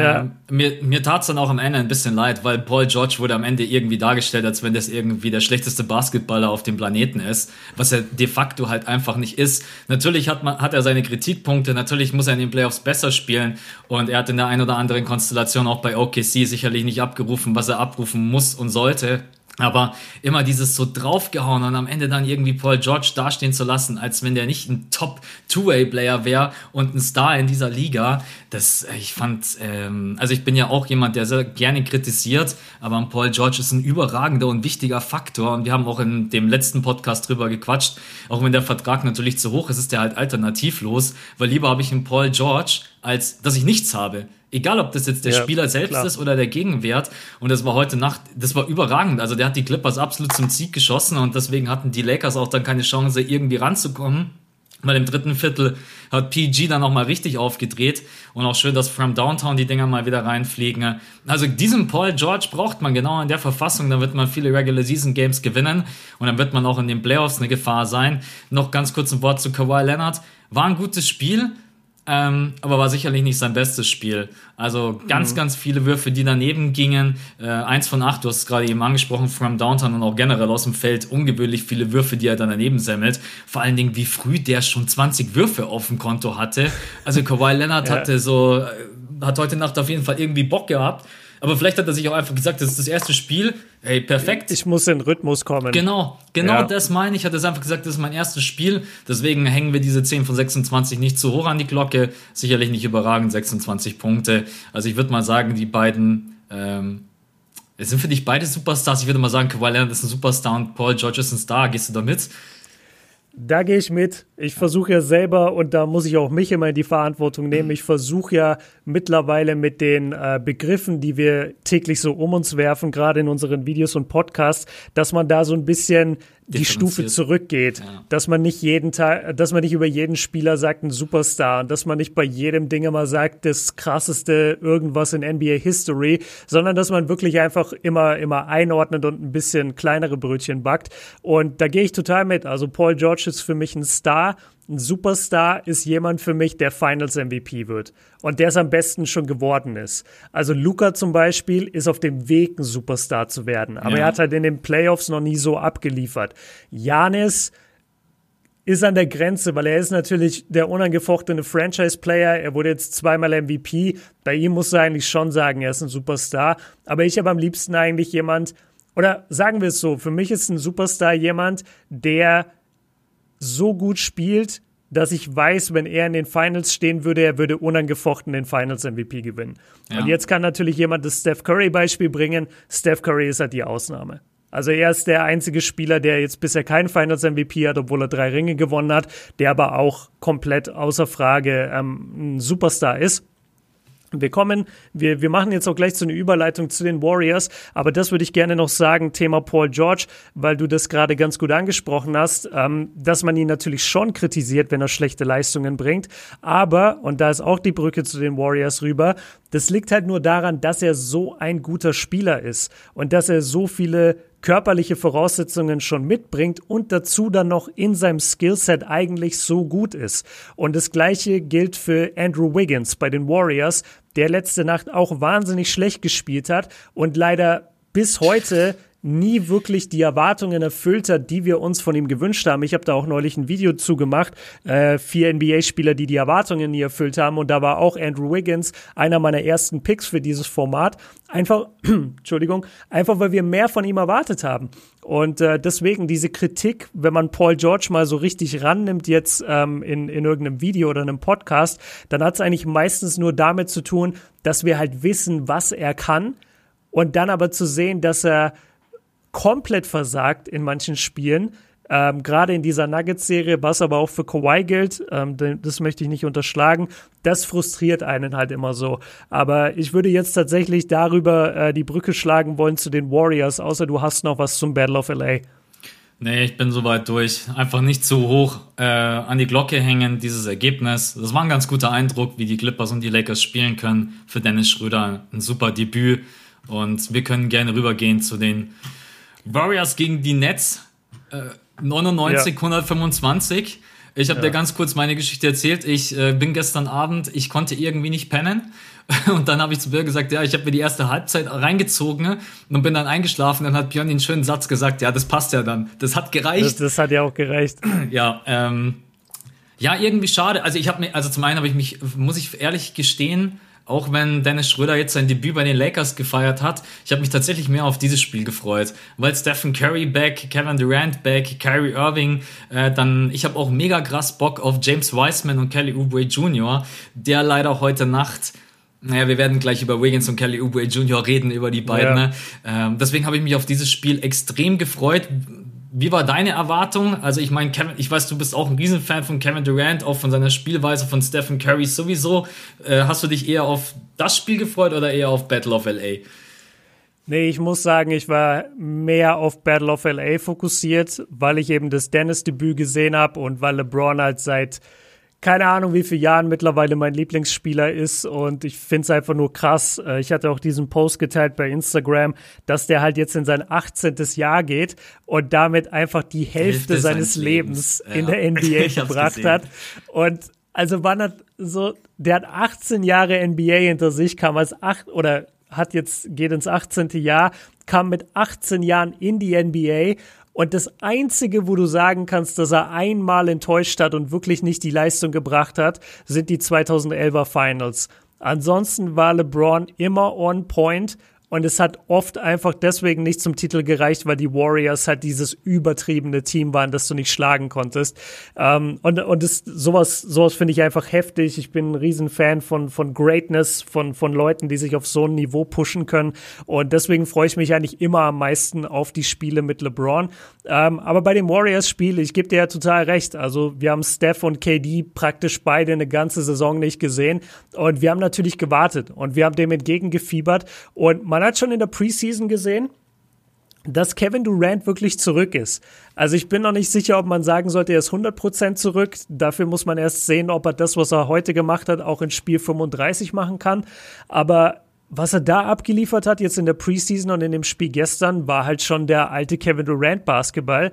Mir tat es dann auch am Ende ein bisschen leid, weil Paul George wurde am Ende irgendwie dargestellt, als wenn das irgendwie der schlechteste Basketballer auf dem Planeten ist, was er de facto halt einfach nicht ist. Natürlich hat er seine Kritikpunkte, natürlich muss er in den Playoffs besser spielen und er hat in der ein oder anderen Konstellation auch bei OKC sicherlich nicht abgerufen, was er abrufen muss und sollte. Aber immer dieses so draufgehauen und am Ende dann irgendwie Paul George dastehen zu lassen, als wenn der nicht ein Top-Two-Way-Player wäre und ein Star in dieser Liga, ich bin ja auch jemand, der sehr gerne kritisiert, aber Paul George ist ein überragender und wichtiger Faktor und wir haben auch in dem letzten Podcast drüber gequatscht, auch wenn der Vertrag natürlich zu hoch ist, ist der halt alternativlos, weil lieber habe ich einen Paul George, als dass ich nichts habe. Egal, ob das jetzt der Spieler selbst ist oder der Gegenwert. Und das war heute Nacht, das war überragend. Also der hat die Clippers absolut zum Sieg geschossen und deswegen hatten die Lakers auch dann keine Chance, irgendwie ranzukommen. Weil im dritten Viertel hat PG dann auch mal richtig aufgedreht und auch schön, dass From Downtown die Dinger mal wieder reinfliegen. Also diesen Paul George braucht man genau in der Verfassung, dann wird man viele Regular Season Games gewinnen und dann wird man auch in den Playoffs eine Gefahr sein. Noch ganz kurz ein Wort zu Kawhi Leonard. War ein gutes Spiel. Aber war sicherlich nicht sein bestes Spiel. Also ganz viele Würfe, die daneben gingen. 1 von 8, du hast es gerade eben angesprochen, From Downtown und auch generell aus dem Feld. Ungewöhnlich viele Würfe, die er dann daneben semmelt. Vor allen Dingen, wie früh der schon 20 Würfe auf dem Konto hatte. Also Kawhi Leonard hat heute Nacht auf jeden Fall irgendwie Bock gehabt. Aber vielleicht hat er sich auch einfach gesagt, das ist das erste Spiel, hey, perfekt. Ich muss in den Rhythmus kommen. Genau das meine ich. Hat er einfach gesagt, das ist mein erstes Spiel. Deswegen hängen wir diese 10 von 26 nicht zu hoch an die Glocke. Sicherlich nicht überragend, 26 Punkte. Also ich würde mal sagen, die beiden sind für dich beide Superstars. Ich würde mal sagen, Kawhi Leonard ist ein Superstar und Paul George ist ein Star. Gehst du da mit? Da gehe ich mit. Ich versuche ja selber, und da muss ich auch mich immer in die Verantwortung nehmen, ich versuche ja mittlerweile mit den Begriffen, die wir täglich so um uns werfen, gerade in unseren Videos und Podcasts, dass man da so ein bisschen die Stufe zurückgeht, dass man nicht dass man nicht über jeden Spieler sagt, ein Superstar, und dass man nicht bei jedem Ding immer sagt, das krasseste irgendwas in NBA History, sondern dass man wirklich einfach immer einordnet und ein bisschen kleinere Brötchen backt. Und da gehe ich total mit. Also Paul George ist für mich ein Star. Ein Superstar ist jemand für mich, der Finals-MVP wird. Und der es am besten schon geworden ist. Also Luka zum Beispiel ist auf dem Weg, ein Superstar zu werden. Aber er hat halt in den Playoffs noch nie so abgeliefert. Giannis ist an der Grenze, weil er ist natürlich der unangefochtene Franchise-Player. Er wurde jetzt zweimal MVP. Bei ihm musst du eigentlich schon sagen, er ist ein Superstar. Aber ich habe am liebsten eigentlich jemand, oder sagen wir es so, für mich ist ein Superstar jemand, der so gut spielt, dass ich weiß, wenn er in den Finals stehen würde, er würde unangefochten den Finals-MVP gewinnen. Ja. Und jetzt kann natürlich jemand das Steph Curry-Beispiel bringen. Steph Curry ist halt die Ausnahme. Also er ist der einzige Spieler, der jetzt bisher keinen Finals-MVP hat, obwohl er 3 Ringe gewonnen hat, der aber auch komplett außer Frage ein Superstar ist. Wir machen jetzt auch gleich so eine Überleitung zu den Warriors, aber das würde ich gerne noch sagen, Thema Paul George, weil du das gerade ganz gut angesprochen hast, dass man ihn natürlich schon kritisiert, wenn er schlechte Leistungen bringt, aber, und da ist auch die Brücke zu den Warriors rüber, das liegt halt nur daran, dass er so ein guter Spieler ist und dass er so viele körperliche Voraussetzungen schon mitbringt und dazu dann noch in seinem Skillset eigentlich so gut ist. Und das Gleiche gilt für Andrew Wiggins bei den Warriors, der letzte Nacht auch wahnsinnig schlecht gespielt hat und leider bis heute nie wirklich die Erwartungen erfüllt hat, die wir uns von ihm gewünscht haben. Ich habe da auch neulich ein Video zugemacht, 4 NBA-Spieler, die Erwartungen nie erfüllt haben, und da war auch Andrew Wiggins einer meiner ersten Picks für dieses Format. Einfach weil wir mehr von ihm erwartet haben. Und deswegen diese Kritik, wenn man Paul George mal so richtig rannimmt jetzt in irgendeinem Video oder einem Podcast, dann hat es eigentlich meistens nur damit zu tun, dass wir halt wissen, was er kann, und dann aber zu sehen, dass er komplett versagt in manchen Spielen, gerade in dieser Nuggets-Serie, was aber auch für Kawhi gilt, das möchte ich nicht unterschlagen, das frustriert einen halt immer so. Aber ich würde jetzt tatsächlich darüber die Brücke schlagen wollen zu den Warriors, außer du hast noch was zum Battle of LA. Nee, ich bin soweit durch. Einfach nicht zu hoch an die Glocke hängen, dieses Ergebnis. Das war ein ganz guter Eindruck, wie die Clippers und die Lakers spielen können. Für Dennis Schröder ein super Debüt. Und wir können gerne rübergehen zu den Warriors gegen die Nets, 99-125. Ich habe dir ganz kurz meine Geschichte erzählt. Ich bin gestern Abend, ich konnte irgendwie nicht pennen. Und dann habe ich zu Björn gesagt, ja, ich habe mir die erste Halbzeit reingezogen und bin dann eingeschlafen. Dann hat Björn den schönen Satz gesagt, ja, das passt ja dann. Das hat gereicht. Das hat ja auch gereicht. Ja, irgendwie schade. Also zum einen muss ich ehrlich gestehen, auch wenn Dennis Schröder jetzt sein Debüt bei den Lakers gefeiert hat, ich habe mich tatsächlich mehr auf dieses Spiel gefreut, weil Stephen Curry back, Kevin Durant back, Kyrie Irving, ich habe auch mega krass Bock auf James Wiseman und Kelly Oubre Jr., der leider heute Nacht, wir werden gleich über Wiggins und Kelly Oubre Jr. reden, über die beiden. Ja. Deswegen habe ich mich auf dieses Spiel extrem gefreut. Wie war deine Erwartung? Also ich meine, ich weiß, du bist auch ein Riesenfan von Kevin Durant, auch von seiner Spielweise, von Stephen Curry sowieso. Hast du dich eher auf das Spiel gefreut oder eher auf Battle of LA? Nee, ich muss sagen, ich war mehr auf Battle of LA fokussiert, weil ich eben das Dennis-Debüt gesehen habe und weil LeBron halt seit keine Ahnung, wie viele Jahren mittlerweile mein Lieblingsspieler ist, und ich finde es einfach nur krass. Ich hatte auch diesen Post geteilt bei Instagram, dass der halt jetzt in sein 18. Jahr geht und damit einfach die Hälfte seines Lebens in der NBA verbracht hat. Und also der hat 18 Jahre NBA hinter sich, geht ins 18. Jahr, kam mit 18 Jahren in die NBA. Und das Einzige, wo du sagen kannst, dass er einmal enttäuscht hat und wirklich nicht die Leistung gebracht hat, sind die 2011er Finals. Ansonsten war LeBron immer on point. Und es hat oft einfach deswegen nicht zum Titel gereicht, weil die Warriors halt dieses übertriebene Team waren, das du nicht schlagen konntest. Sowas finde ich einfach heftig. Ich bin ein Riesenfan von Greatness, von Leuten, die sich auf so ein Niveau pushen können. Und deswegen freue ich mich eigentlich immer am meisten auf die Spiele mit LeBron. Aber bei dem Warriors-Spiel, ich gebe dir ja total recht. Also wir haben Steph und KD praktisch beide eine ganze Saison nicht gesehen. Und wir haben natürlich gewartet und wir haben dem entgegengefiebert. Und man hat schon in der Preseason gesehen, dass Kevin Durant wirklich zurück ist. Also ich bin noch nicht sicher, ob man sagen sollte, er ist 100% zurück. Dafür muss man erst sehen, ob er das, was er heute gemacht hat, auch in Spiel 35 machen kann. Aber was er da abgeliefert hat, jetzt in der Preseason und in dem Spiel gestern, war halt schon der alte Kevin Durant Basketball.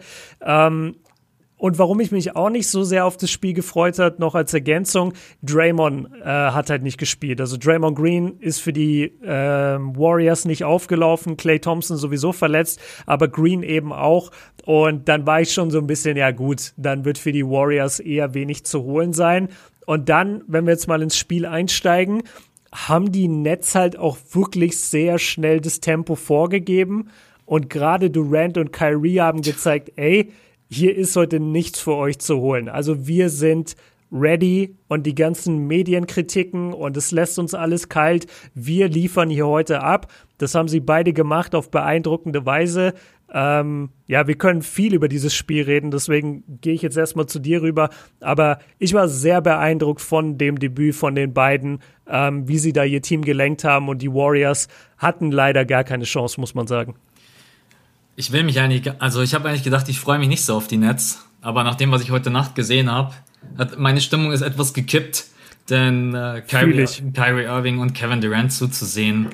Und warum ich mich auch nicht so sehr auf das Spiel gefreut hat, noch als Ergänzung, Draymond hat halt nicht gespielt. Also Draymond Green ist für die Warriors nicht aufgelaufen, Klay Thompson sowieso verletzt, aber Green eben auch. Und dann war ich schon so ein bisschen, ja gut, dann wird für die Warriors eher wenig zu holen sein. Und dann, wenn wir jetzt mal ins Spiel einsteigen, haben die Nets halt auch wirklich sehr schnell das Tempo vorgegeben. Und gerade Durant und Kyrie haben gezeigt, ey, hier ist heute nichts für euch zu holen. Also wir sind ready und die ganzen Medienkritiken und es lässt uns alles kalt. Wir liefern hier heute ab. Das haben sie beide gemacht auf beeindruckende Weise. Wir können viel über dieses Spiel reden, deswegen gehe ich jetzt erstmal zu dir rüber. Aber ich war sehr beeindruckt von dem Debüt von den beiden, wie sie da ihr Team gelenkt haben und die Warriors hatten leider gar keine Chance, muss man sagen. Ich habe eigentlich gedacht, ich freue mich nicht so auf die Nets, aber nach dem, was ich heute Nacht gesehen habe, meine Stimmung ist etwas gekippt, denn Kyrie Irving und Kevin Durant zuzusehen,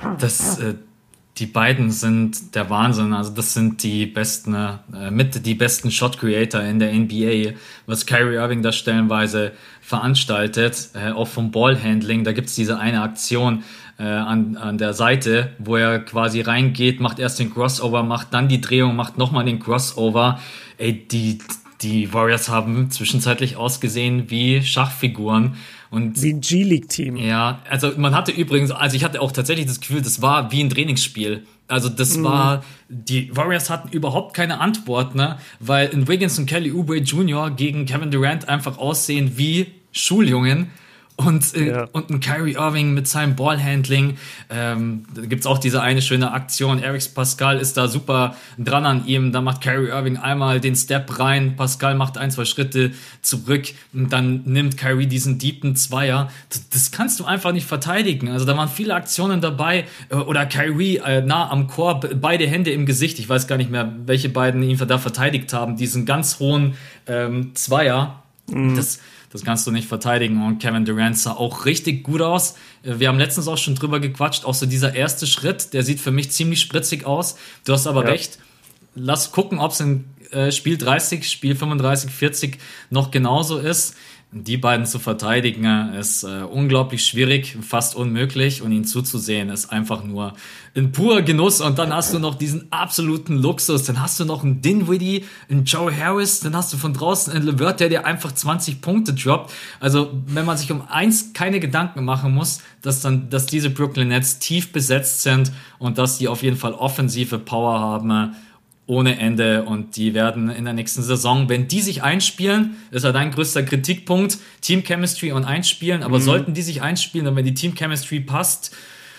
die beiden sind der Wahnsinn. Also das sind die besten, die besten Shot Creator in der NBA, was Kyrie Irving da stellenweise veranstaltet, auch vom Ballhandling. Da gibt's diese eine Aktion an der Seite, wo er quasi reingeht, macht erst den Crossover, macht dann die Drehung, macht nochmal den Crossover. Ey, die Warriors haben zwischenzeitlich ausgesehen wie Schachfiguren. Und wie ein G-League-Team. Ja, also ich hatte auch tatsächlich das Gefühl, das war wie ein Trainingsspiel. Also die Warriors hatten überhaupt keine Antwort, ne? Weil in Wiggins und Kelly Oubre Jr. gegen Kevin Durant einfach aussehen wie Schuljungen. Und ein Kyrie Irving mit seinem Ballhandling, da gibt's auch diese eine schöne Aktion, Eric Pascal ist da super dran an ihm, da macht Kyrie Irving einmal den Step rein, Pascal macht 1-2 Schritte zurück und dann nimmt Kyrie diesen deepen Zweier, das kannst du einfach nicht verteidigen, also da waren viele Aktionen dabei, oder Kyrie nah am Korb, beide Hände im Gesicht, ich weiß gar nicht mehr, welche beiden ihn da verteidigt haben, diesen ganz hohen Zweier, das kannst du nicht verteidigen. Und Kevin Durant sah auch richtig gut aus. Wir haben letztens auch schon drüber gequatscht. Auch so dieser erste Schritt, der sieht für mich ziemlich spritzig aus. Du hast aber recht. Lass gucken, ob es in Spiel 30, Spiel 35, 40 noch genauso ist. Die beiden zu verteidigen ist unglaublich schwierig, fast unmöglich. Und ihn zuzusehen ist einfach nur ein purer Genuss. Und dann hast du noch diesen absoluten Luxus. Dann hast du noch einen Dinwiddie, einen Joe Harris. Dann hast du von draußen einen LeVert, der dir einfach 20 Punkte droppt. Also wenn man sich um eins keine Gedanken machen muss, dass diese Brooklyn Nets tief besetzt sind und dass die auf jeden Fall offensive Power haben, ohne Ende, und die werden in der nächsten Saison, wenn die sich einspielen, ist ja dein größter Kritikpunkt, Team Chemistry und Einspielen, aber sollten die sich einspielen und wenn die Team Chemistry passt,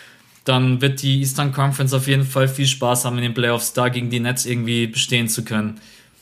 dann wird die Eastern Conference auf jeden Fall viel Spaß haben in den Playoffs, da gegen die Nets irgendwie bestehen zu können.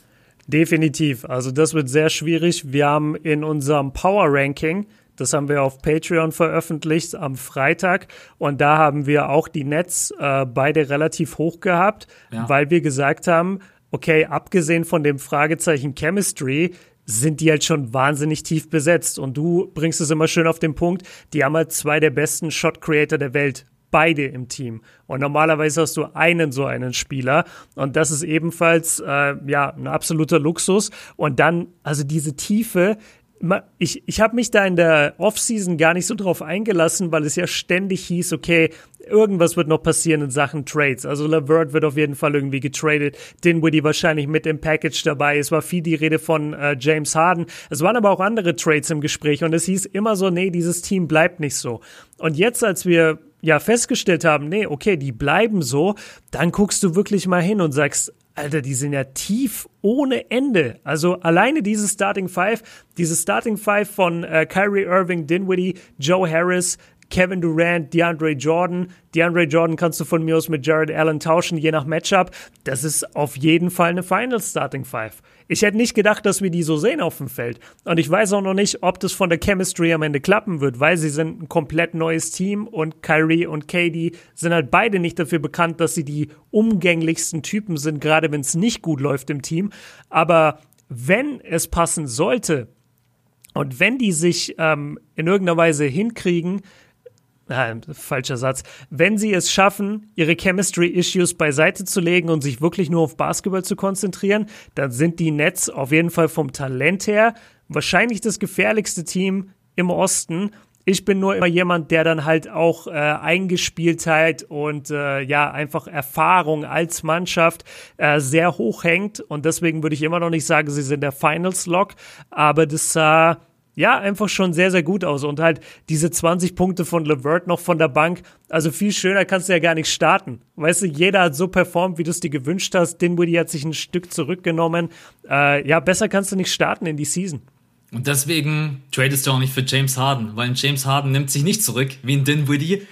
Definitiv, also das wird sehr schwierig. Wir haben in unserem Power Ranking, das haben wir auf Patreon veröffentlicht am Freitag, und da haben wir auch die Nets beide relativ hoch gehabt, weil wir gesagt haben, okay, abgesehen von dem Fragezeichen Chemistry sind die halt schon wahnsinnig tief besetzt, und du bringst es immer schön auf den Punkt, die haben halt zwei der besten Shot Creator der Welt, beide im Team. Und normalerweise hast du so einen Spieler. Und das ist ebenfalls ein absoluter Luxus. Und dann, also diese Tiefe, Ich habe mich da in der Offseason gar nicht so drauf eingelassen, weil es ja ständig hieß, okay, irgendwas wird noch passieren in Sachen Trades. Also LeVert wird auf jeden Fall irgendwie getradet, Dinwiddie wahrscheinlich mit im Package dabei. Es war viel die Rede von James Harden. Es waren aber auch andere Trades im Gespräch und es hieß immer so, nee, dieses Team bleibt nicht so. Und jetzt, als wir ja festgestellt haben, nee, okay, die bleiben so, dann guckst du wirklich mal hin und sagst, Alter, die sind ja tief ohne Ende. Also alleine diese Starting Five von Kyrie Irving, Dinwiddie, Joe Harris, Kevin Durant, DeAndre Jordan. DeAndre Jordan kannst du von mir aus mit Jared Allen tauschen, je nach Matchup. Das ist auf jeden Fall eine Finals Starting Five. Ich hätte nicht gedacht, dass wir die so sehen auf dem Feld. Und ich weiß auch noch nicht, ob das von der Chemistry am Ende klappen wird, weil sie sind ein komplett neues Team und Kyrie und KD sind halt beide nicht dafür bekannt, dass sie die umgänglichsten Typen sind, gerade wenn es nicht gut läuft im Team. Aber wenn es passen sollte und wenn die sich in irgendeiner Weise hinkriegen, falscher Satz. Wenn sie es schaffen, ihre Chemistry-Issues beiseite zu legen und sich wirklich nur auf Basketball zu konzentrieren, dann sind die Nets auf jeden Fall vom Talent her wahrscheinlich das gefährlichste Team im Osten. Ich bin nur immer jemand, der dann halt auch Eingespieltheit und einfach Erfahrung als Mannschaft sehr hoch hängt. Und deswegen würde ich immer noch nicht sagen, sie sind der Finals-Lock, aber das sah einfach schon sehr, sehr gut aus. Und halt diese 20 Punkte von LeVert noch von der Bank, also viel schöner kannst du ja gar nicht starten. Weißt du, jeder hat so performt, wie du es dir gewünscht hast. Dinwiddie hat sich ein Stück zurückgenommen. Besser kannst du nicht starten in die Season. Und deswegen tradest du auch nicht für James Harden, weil ein James Harden nimmt sich nicht zurück, wie ein Dinwiddie.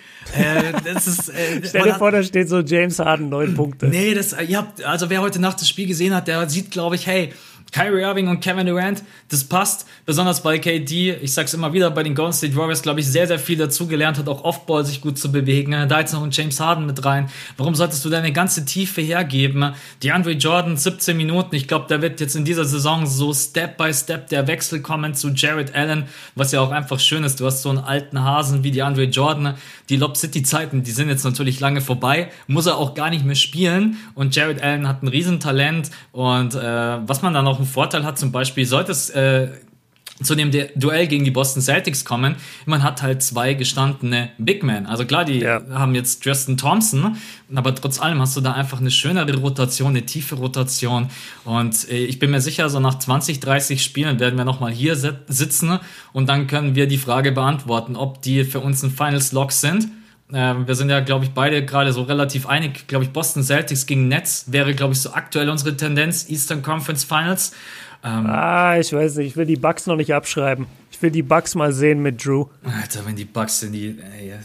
Stell dir vor, da steht so James Harden 9 Punkte. Nee, also wer heute Nacht das Spiel gesehen hat, der sieht, glaube ich, hey, Kyrie Irving und Kevin Durant, das passt, besonders bei KD, ich sag's immer wieder, bei den Golden State Warriors, glaube ich, sehr, sehr viel dazugelernt, hat auch Offball sich gut zu bewegen, da jetzt noch ein James Harden mit rein, warum solltest du deine ganze Tiefe hergeben? DeAndre Jordan, 17 Minuten, ich glaube, da wird jetzt in dieser Saison so Step by Step der Wechsel kommen zu Jared Allen, was ja auch einfach schön ist, du hast so einen alten Hasen wie DeAndre Jordan, die Lob City Zeiten, die sind jetzt natürlich lange vorbei, muss er auch gar nicht mehr spielen und Jared Allen hat ein Riesentalent und was man dann noch einen Vorteil hat, zum Beispiel, sollte es zu dem Duell gegen die Boston Celtics kommen, man hat halt 2 gestandene Big Men. Also klar, die haben jetzt Tristan Thompson, aber trotz allem hast du da einfach eine schönere Rotation, eine tiefe Rotation und ich bin mir sicher, so nach 20, 30 Spielen werden wir nochmal hier sitzen und dann können wir die Frage beantworten, ob die für uns ein Finals-Lock sind. Wir sind ja, glaube ich, beide gerade so relativ einig. Glaube ich, Boston Celtics gegen Nets wäre, glaube ich, so aktuell unsere Tendenz. Eastern Conference Finals. Ich weiß nicht. Ich will die Bucks noch nicht abschreiben. Ich will die Bucks mal sehen mit Drew. Alter, wenn die Bucks in die...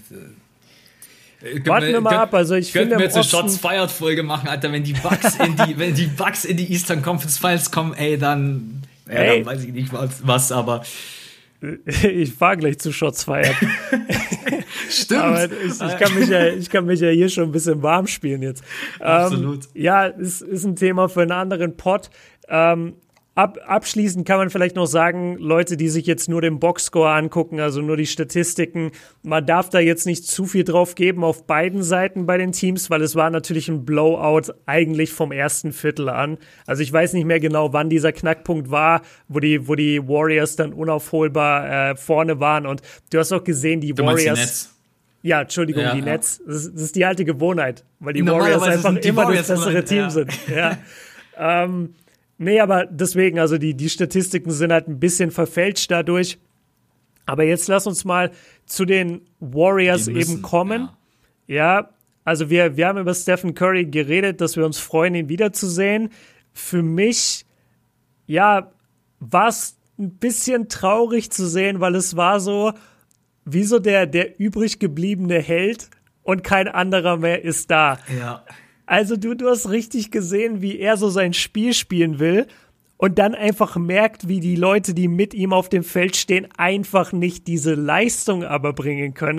Warten wir mal ab. Also ich finde, wir jetzt eine Shots Fired Folge machen, Alter. Wenn die Bucks wenn die Bucks in die Eastern Conference Finals kommen, dann weiß ich nicht was, aber... Ich fahre gleich zu Shots Fired. Stimmt. Aber ich kann mich ja hier schon ein bisschen warm spielen jetzt. Absolut. Es ist ein Thema für einen anderen Pod. Abschließend kann man vielleicht noch sagen, Leute, die sich jetzt nur den Boxscore angucken, also nur die Statistiken, man darf da jetzt nicht zu viel drauf geben auf beiden Seiten bei den Teams, weil es war natürlich ein Blowout eigentlich vom ersten Viertel an. Also ich weiß nicht mehr genau, wann dieser Knackpunkt war, wo die Warriors dann unaufholbar vorne waren und du hast auch gesehen, die Warriors... Die Nets. Ja, Entschuldigung, die Nets. Das ist die alte Gewohnheit, weil die Warriors einfach immer das bessere Team sind. Ja. Nee, aber deswegen, also die Statistiken sind halt ein bisschen verfälscht dadurch. Aber jetzt lass uns mal zu den Warriors eben kommen. Ja, also wir haben über Stephen Curry geredet, dass wir uns freuen, ihn wiederzusehen. Für mich, war es ein bisschen traurig zu sehen, weil es war so, wie so der übrig gebliebene Held und kein anderer mehr ist da. Ja. Also du hast richtig gesehen, wie er so sein Spiel spielen will und dann einfach merkt, wie die Leute, die mit ihm auf dem Feld stehen, einfach nicht diese Leistung aber bringen können,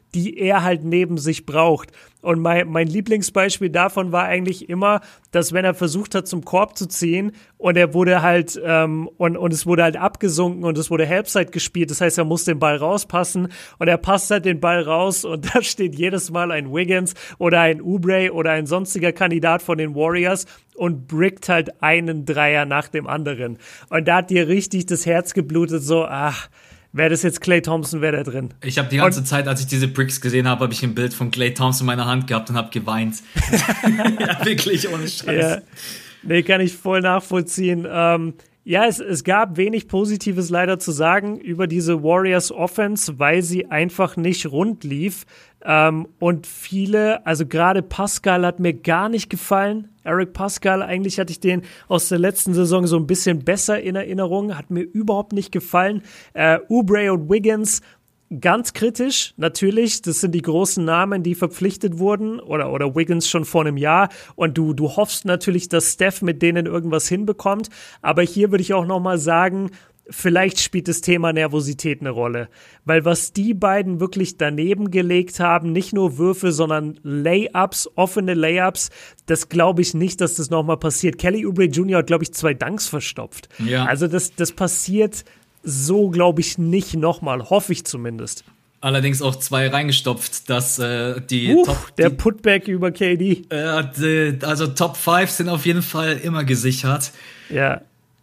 die er halt neben sich braucht. Und mein Lieblingsbeispiel davon war eigentlich immer, dass wenn er versucht hat, zum Korb zu ziehen und er wurde halt und es wurde halt abgesunken und es wurde Halbzeit gespielt, das heißt, er muss den Ball rauspassen und er passt halt den Ball raus und da steht jedes Mal ein Wiggins oder ein Oubre oder ein sonstiger Kandidat von den Warriors und brickt halt einen Dreier nach dem anderen. Und da hat dir richtig das Herz geblutet, so, wäre das jetzt Klay Thompson, wäre der drin. Ich habe die ganze Zeit, als ich diese Bricks gesehen habe, habe ich ein Bild von Klay Thompson in meiner Hand gehabt und habe geweint. Ja, wirklich, ohne Scheiß. Ja. Nee, kann ich voll nachvollziehen. Ja, es gab wenig Positives leider zu sagen über diese Warriors Offense, weil sie einfach nicht rund lief. Und viele, also gerade Pascal hat mir gar nicht gefallen. Eric Pascal, eigentlich hatte ich den aus der letzten Saison so ein bisschen besser in Erinnerung, hat mir überhaupt nicht gefallen. Oubre und Wiggins, ganz kritisch, natürlich, das sind die großen Namen, die verpflichtet wurden, oder Wiggins schon vor einem Jahr, und du hoffst natürlich, dass Steph mit denen irgendwas hinbekommt, aber hier würde ich auch nochmal sagen, vielleicht spielt das Thema Nervosität eine Rolle, weil was die beiden wirklich daneben gelegt haben, nicht nur Würfe, sondern Layups, offene Layups, das glaube ich nicht, dass das nochmal passiert. Kelly Oubre Jr. hat, glaube ich, 2 Dunks verstopft. Ja. Also das passiert so, glaube ich, nicht nochmal, hoffe ich zumindest. Allerdings auch 2 reingestopft, dass der Putback über KD. Also Top 5 sind auf jeden Fall immer gesichert. Ja.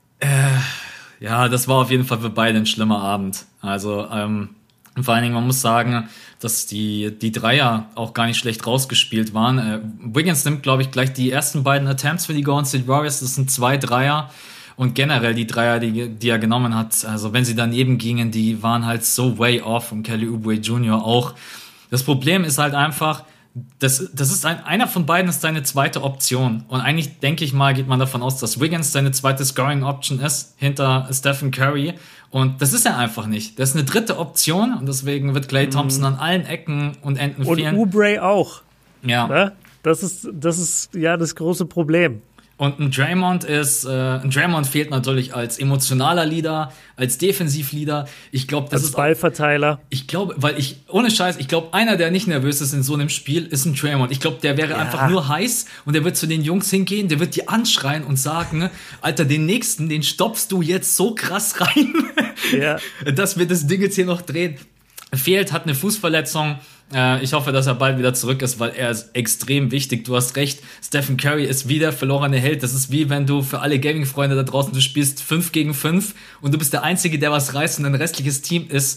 Ja, das war auf jeden Fall für beide ein schlimmer Abend. Also vor allen Dingen, man muss sagen, dass die Dreier auch gar nicht schlecht rausgespielt waren. Wiggins nimmt, glaube ich, gleich die ersten beiden Attempts für die Golden State Warriors. Das sind 2 Dreier. Und generell die Dreier, die er genommen hat, also wenn sie daneben gingen, die waren halt so way off, und Kelly Oubre Jr. auch. Das Problem ist halt einfach, das ist einer von beiden ist deine zweite Option. Und eigentlich, denke ich mal, geht man davon aus, dass Wiggins deine zweite Scoring-Option ist, hinter Stephen Curry. Und das ist er einfach nicht. Das ist eine dritte Option, und deswegen wird Klay Thompson an allen Ecken und Enden fehlen. Und Oubre auch. Ja. Ne? Das ist ja das große Problem. Und ein Draymond fehlt natürlich als emotionaler Leader, als Defensivleader. Ich glaube, das als ist Ballverteiler. Ich glaube, ohne Scheiß, ich glaube, einer, der nicht nervös ist in so einem Spiel, ist ein Draymond. Ich glaube, der wäre einfach nur heiß, und der wird zu den Jungs hingehen, der wird die anschreien und sagen, Alter, den nächsten, den stopfst du jetzt so krass rein, dass wir das Ding jetzt hier noch drehen. Fehlt, hat eine Fußverletzung. Ich hoffe, dass er bald wieder zurück ist, weil er ist extrem wichtig. Du hast recht, Stephen Curry ist wieder verlorene Held. Das ist wie wenn du für alle Gaming-Freunde da draußen, du spielst 5 gegen 5 und du bist der Einzige, der was reißt, und ein restliches Team ist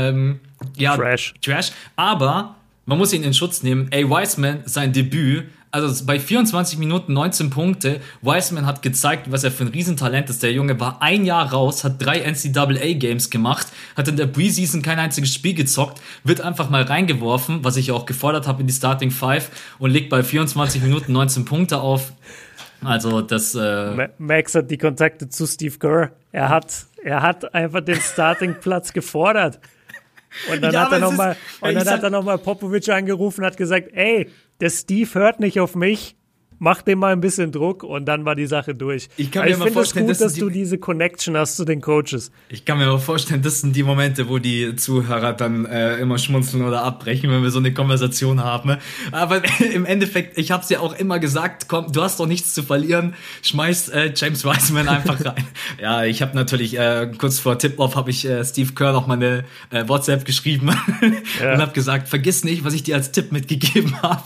Trash. Aber man muss ihn in Schutz nehmen. Wiseman, sein Debüt, also bei 24 Minuten 19 Punkte. Wiseman hat gezeigt, was er für ein Riesentalent ist. Der Junge war 1 Jahr raus, hat 3 NCAA-Games gemacht, hat in der Preseason kein einziges Spiel gezockt, wird einfach mal reingeworfen, was ich auch gefordert habe in die Starting 5, und legt bei 24 Minuten 19 Punkte auf. Also das... Max hat die Kontakte zu Steve Kerr. Er hat einfach den Starting-Platz gefordert. Und dann hat er nochmal Popovic angerufen und hat gesagt, ey, der Steve hört nicht auf mich, mach dem mal ein bisschen Druck, und dann war die Sache durch. Ich finde es gut, dass du diese Connection hast zu den Coaches. Ich kann mir aber vorstellen, das sind die Momente, wo die Zuhörer dann immer schmunzeln oder abbrechen, wenn wir so eine Konversation haben. Aber im Endeffekt, ich habe es ja auch immer gesagt, komm, du hast doch nichts zu verlieren, schmeiß James Wiseman einfach rein. Ja, ich habe natürlich kurz vor Tip-Off habe ich Steve Kerr noch mal eine WhatsApp geschrieben und habe gesagt, vergiss nicht, was ich dir als Tipp mitgegeben habe.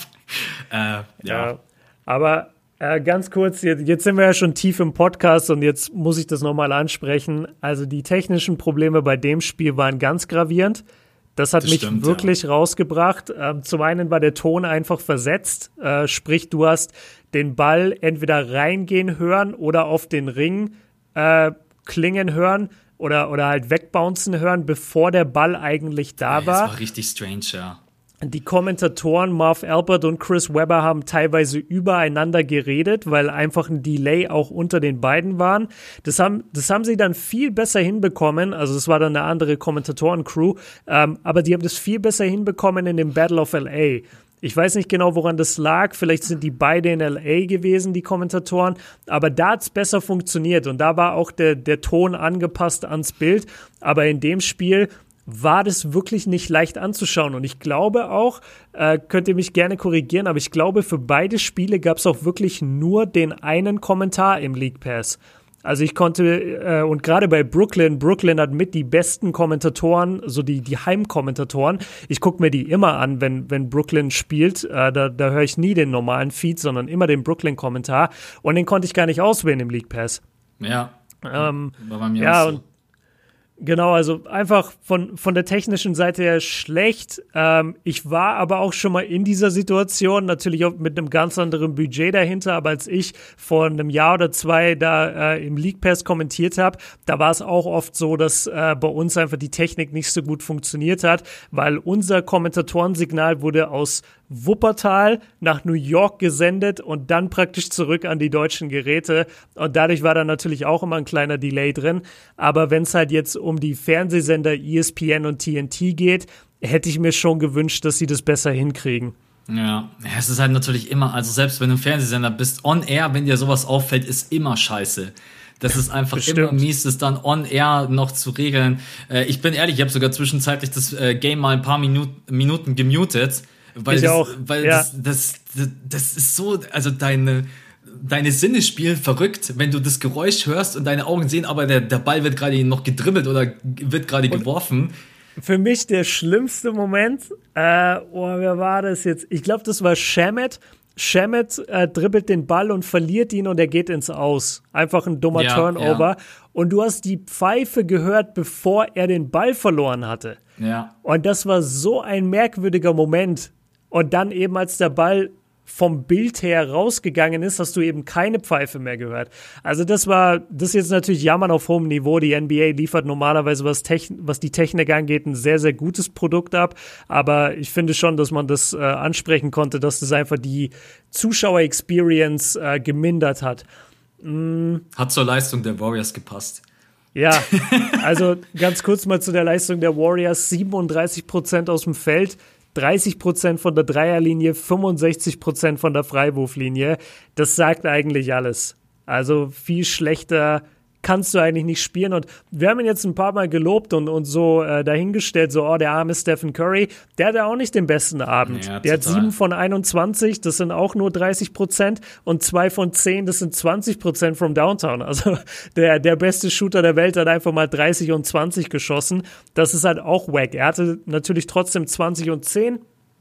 Ja. Aber ganz kurz, jetzt sind wir ja schon tief im Podcast, und jetzt muss ich das nochmal ansprechen. Also die technischen Probleme bei dem Spiel waren ganz gravierend. Das hat mich wirklich rausgebracht. Zum einen war der Ton einfach versetzt. Sprich, du hast den Ball entweder reingehen hören oder auf den Ring klingen hören oder halt wegbouncen hören, bevor der Ball eigentlich da war. Das war richtig strange, ja. Die Kommentatoren Marv Albert und Chris Webber haben teilweise übereinander geredet, weil einfach ein Delay auch unter den beiden waren. Das haben sie dann viel besser hinbekommen. Also es war dann eine andere Kommentatoren-Crew. Aber die haben das viel besser hinbekommen in dem Battle of LA. Ich weiß nicht genau, woran das lag. Vielleicht sind die beide in LA gewesen, die Kommentatoren. Aber da hat es besser funktioniert. Und da war auch der Ton angepasst ans Bild. Aber in dem Spiel war das wirklich nicht leicht anzuschauen. Und ich glaube auch, könnt ihr mich gerne korrigieren, aber ich glaube, für beide Spiele gab es auch wirklich nur den einen Kommentar im League Pass. Also ich konnte, und gerade bei Brooklyn hat mit die besten Kommentatoren, so die Heimkommentatoren. Ich gucke mir die immer an, wenn Brooklyn spielt. Da höre ich nie den normalen Feed, sondern immer den Brooklyn-Kommentar. Und den konnte ich gar nicht auswählen im League Pass. Ja, war bei mir ja, auch so. Und genau, also einfach von der technischen Seite her schlecht. Ich war aber auch schon mal in dieser Situation, natürlich auch mit einem ganz anderen Budget dahinter, aber als ich vor einem Jahr oder 2 da im League Pass kommentiert habe, da war es auch oft so, dass bei uns einfach die Technik nicht so gut funktioniert hat, weil unser Kommentatorensignal wurde aus Wuppertal nach New York gesendet und dann praktisch zurück an die deutschen Geräte. Und dadurch war da natürlich auch immer ein kleiner Delay drin. Aber wenn es halt jetzt um die Fernsehsender ESPN und TNT geht, hätte ich mir schon gewünscht, dass sie das besser hinkriegen. Ja, es ist halt natürlich immer, also selbst wenn du ein Fernsehsender bist, on air, wenn dir sowas auffällt, ist immer scheiße. Das ist einfach immer mies, das dann on air noch zu regeln. Ich bin ehrlich, ich habe sogar zwischenzeitlich das Game mal ein paar Minuten gemutet. Weil ich auch. Weil ja. das ist so, also deine Sinne spielen verrückt, wenn du das Geräusch hörst und deine Augen sehen, aber der Ball wird gerade noch gedribbelt oder wird gerade geworfen. Für mich der schlimmste Moment, wer war das jetzt? Ich glaube, das war Shamet. Shamet dribbelt den Ball und verliert ihn und er geht ins Aus. Einfach ein dummer Turnover. Ja. Und du hast die Pfeife gehört, bevor er den Ball verloren hatte. Ja. Und das war so ein merkwürdiger Moment. Und dann eben, als der Ball vom Bild her rausgegangen ist, hast du eben keine Pfeife mehr gehört. Also das ist jetzt natürlich Jammern auf hohem Niveau. Die NBA liefert normalerweise, was die Technik angeht, ein sehr, sehr gutes Produkt ab. Aber ich finde schon, dass man das ansprechen konnte, dass das einfach die Zuschauer-Experience gemindert hat. Hat zur Leistung der Warriors gepasst. Ja, also ganz kurz mal zu der Leistung der Warriors. 37% aus dem Feld, 30% von der Dreierlinie, 65% von der Freiwurflinie. Das sagt eigentlich alles. Also viel schlechter kannst du eigentlich nicht spielen. Und wir haben ihn jetzt ein paar Mal gelobt und so dahingestellt, so, der arme Stephen Curry, der hatte auch nicht den besten Abend. Ja, der hat 7 von 21, das sind auch nur 30%, und 2 von 10, das sind 20% from Downtown. Also der beste Shooter der Welt hat einfach mal 30 und 20 geschossen. Das ist halt auch wack. Er hatte natürlich trotzdem 20 und 10,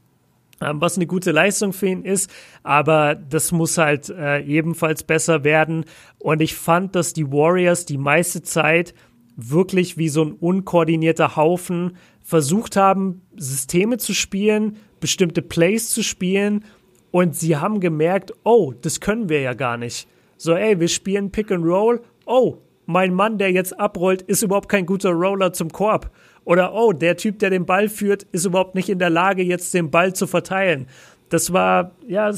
was eine gute Leistung für ihn ist, aber das muss halt ebenfalls besser werden. Und ich fand, dass die Warriors die meiste Zeit wirklich wie so ein unkoordinierter Haufen versucht haben, Systeme zu spielen, bestimmte Plays zu spielen, und sie haben gemerkt, oh, das können wir ja gar nicht. So, wir spielen Pick and Roll, oh, mein Mann, der jetzt abrollt, ist überhaupt kein guter Roller zum Korb. Oder, oh, der Typ, der den Ball führt, ist überhaupt nicht in der Lage, jetzt den Ball zu verteilen. Das war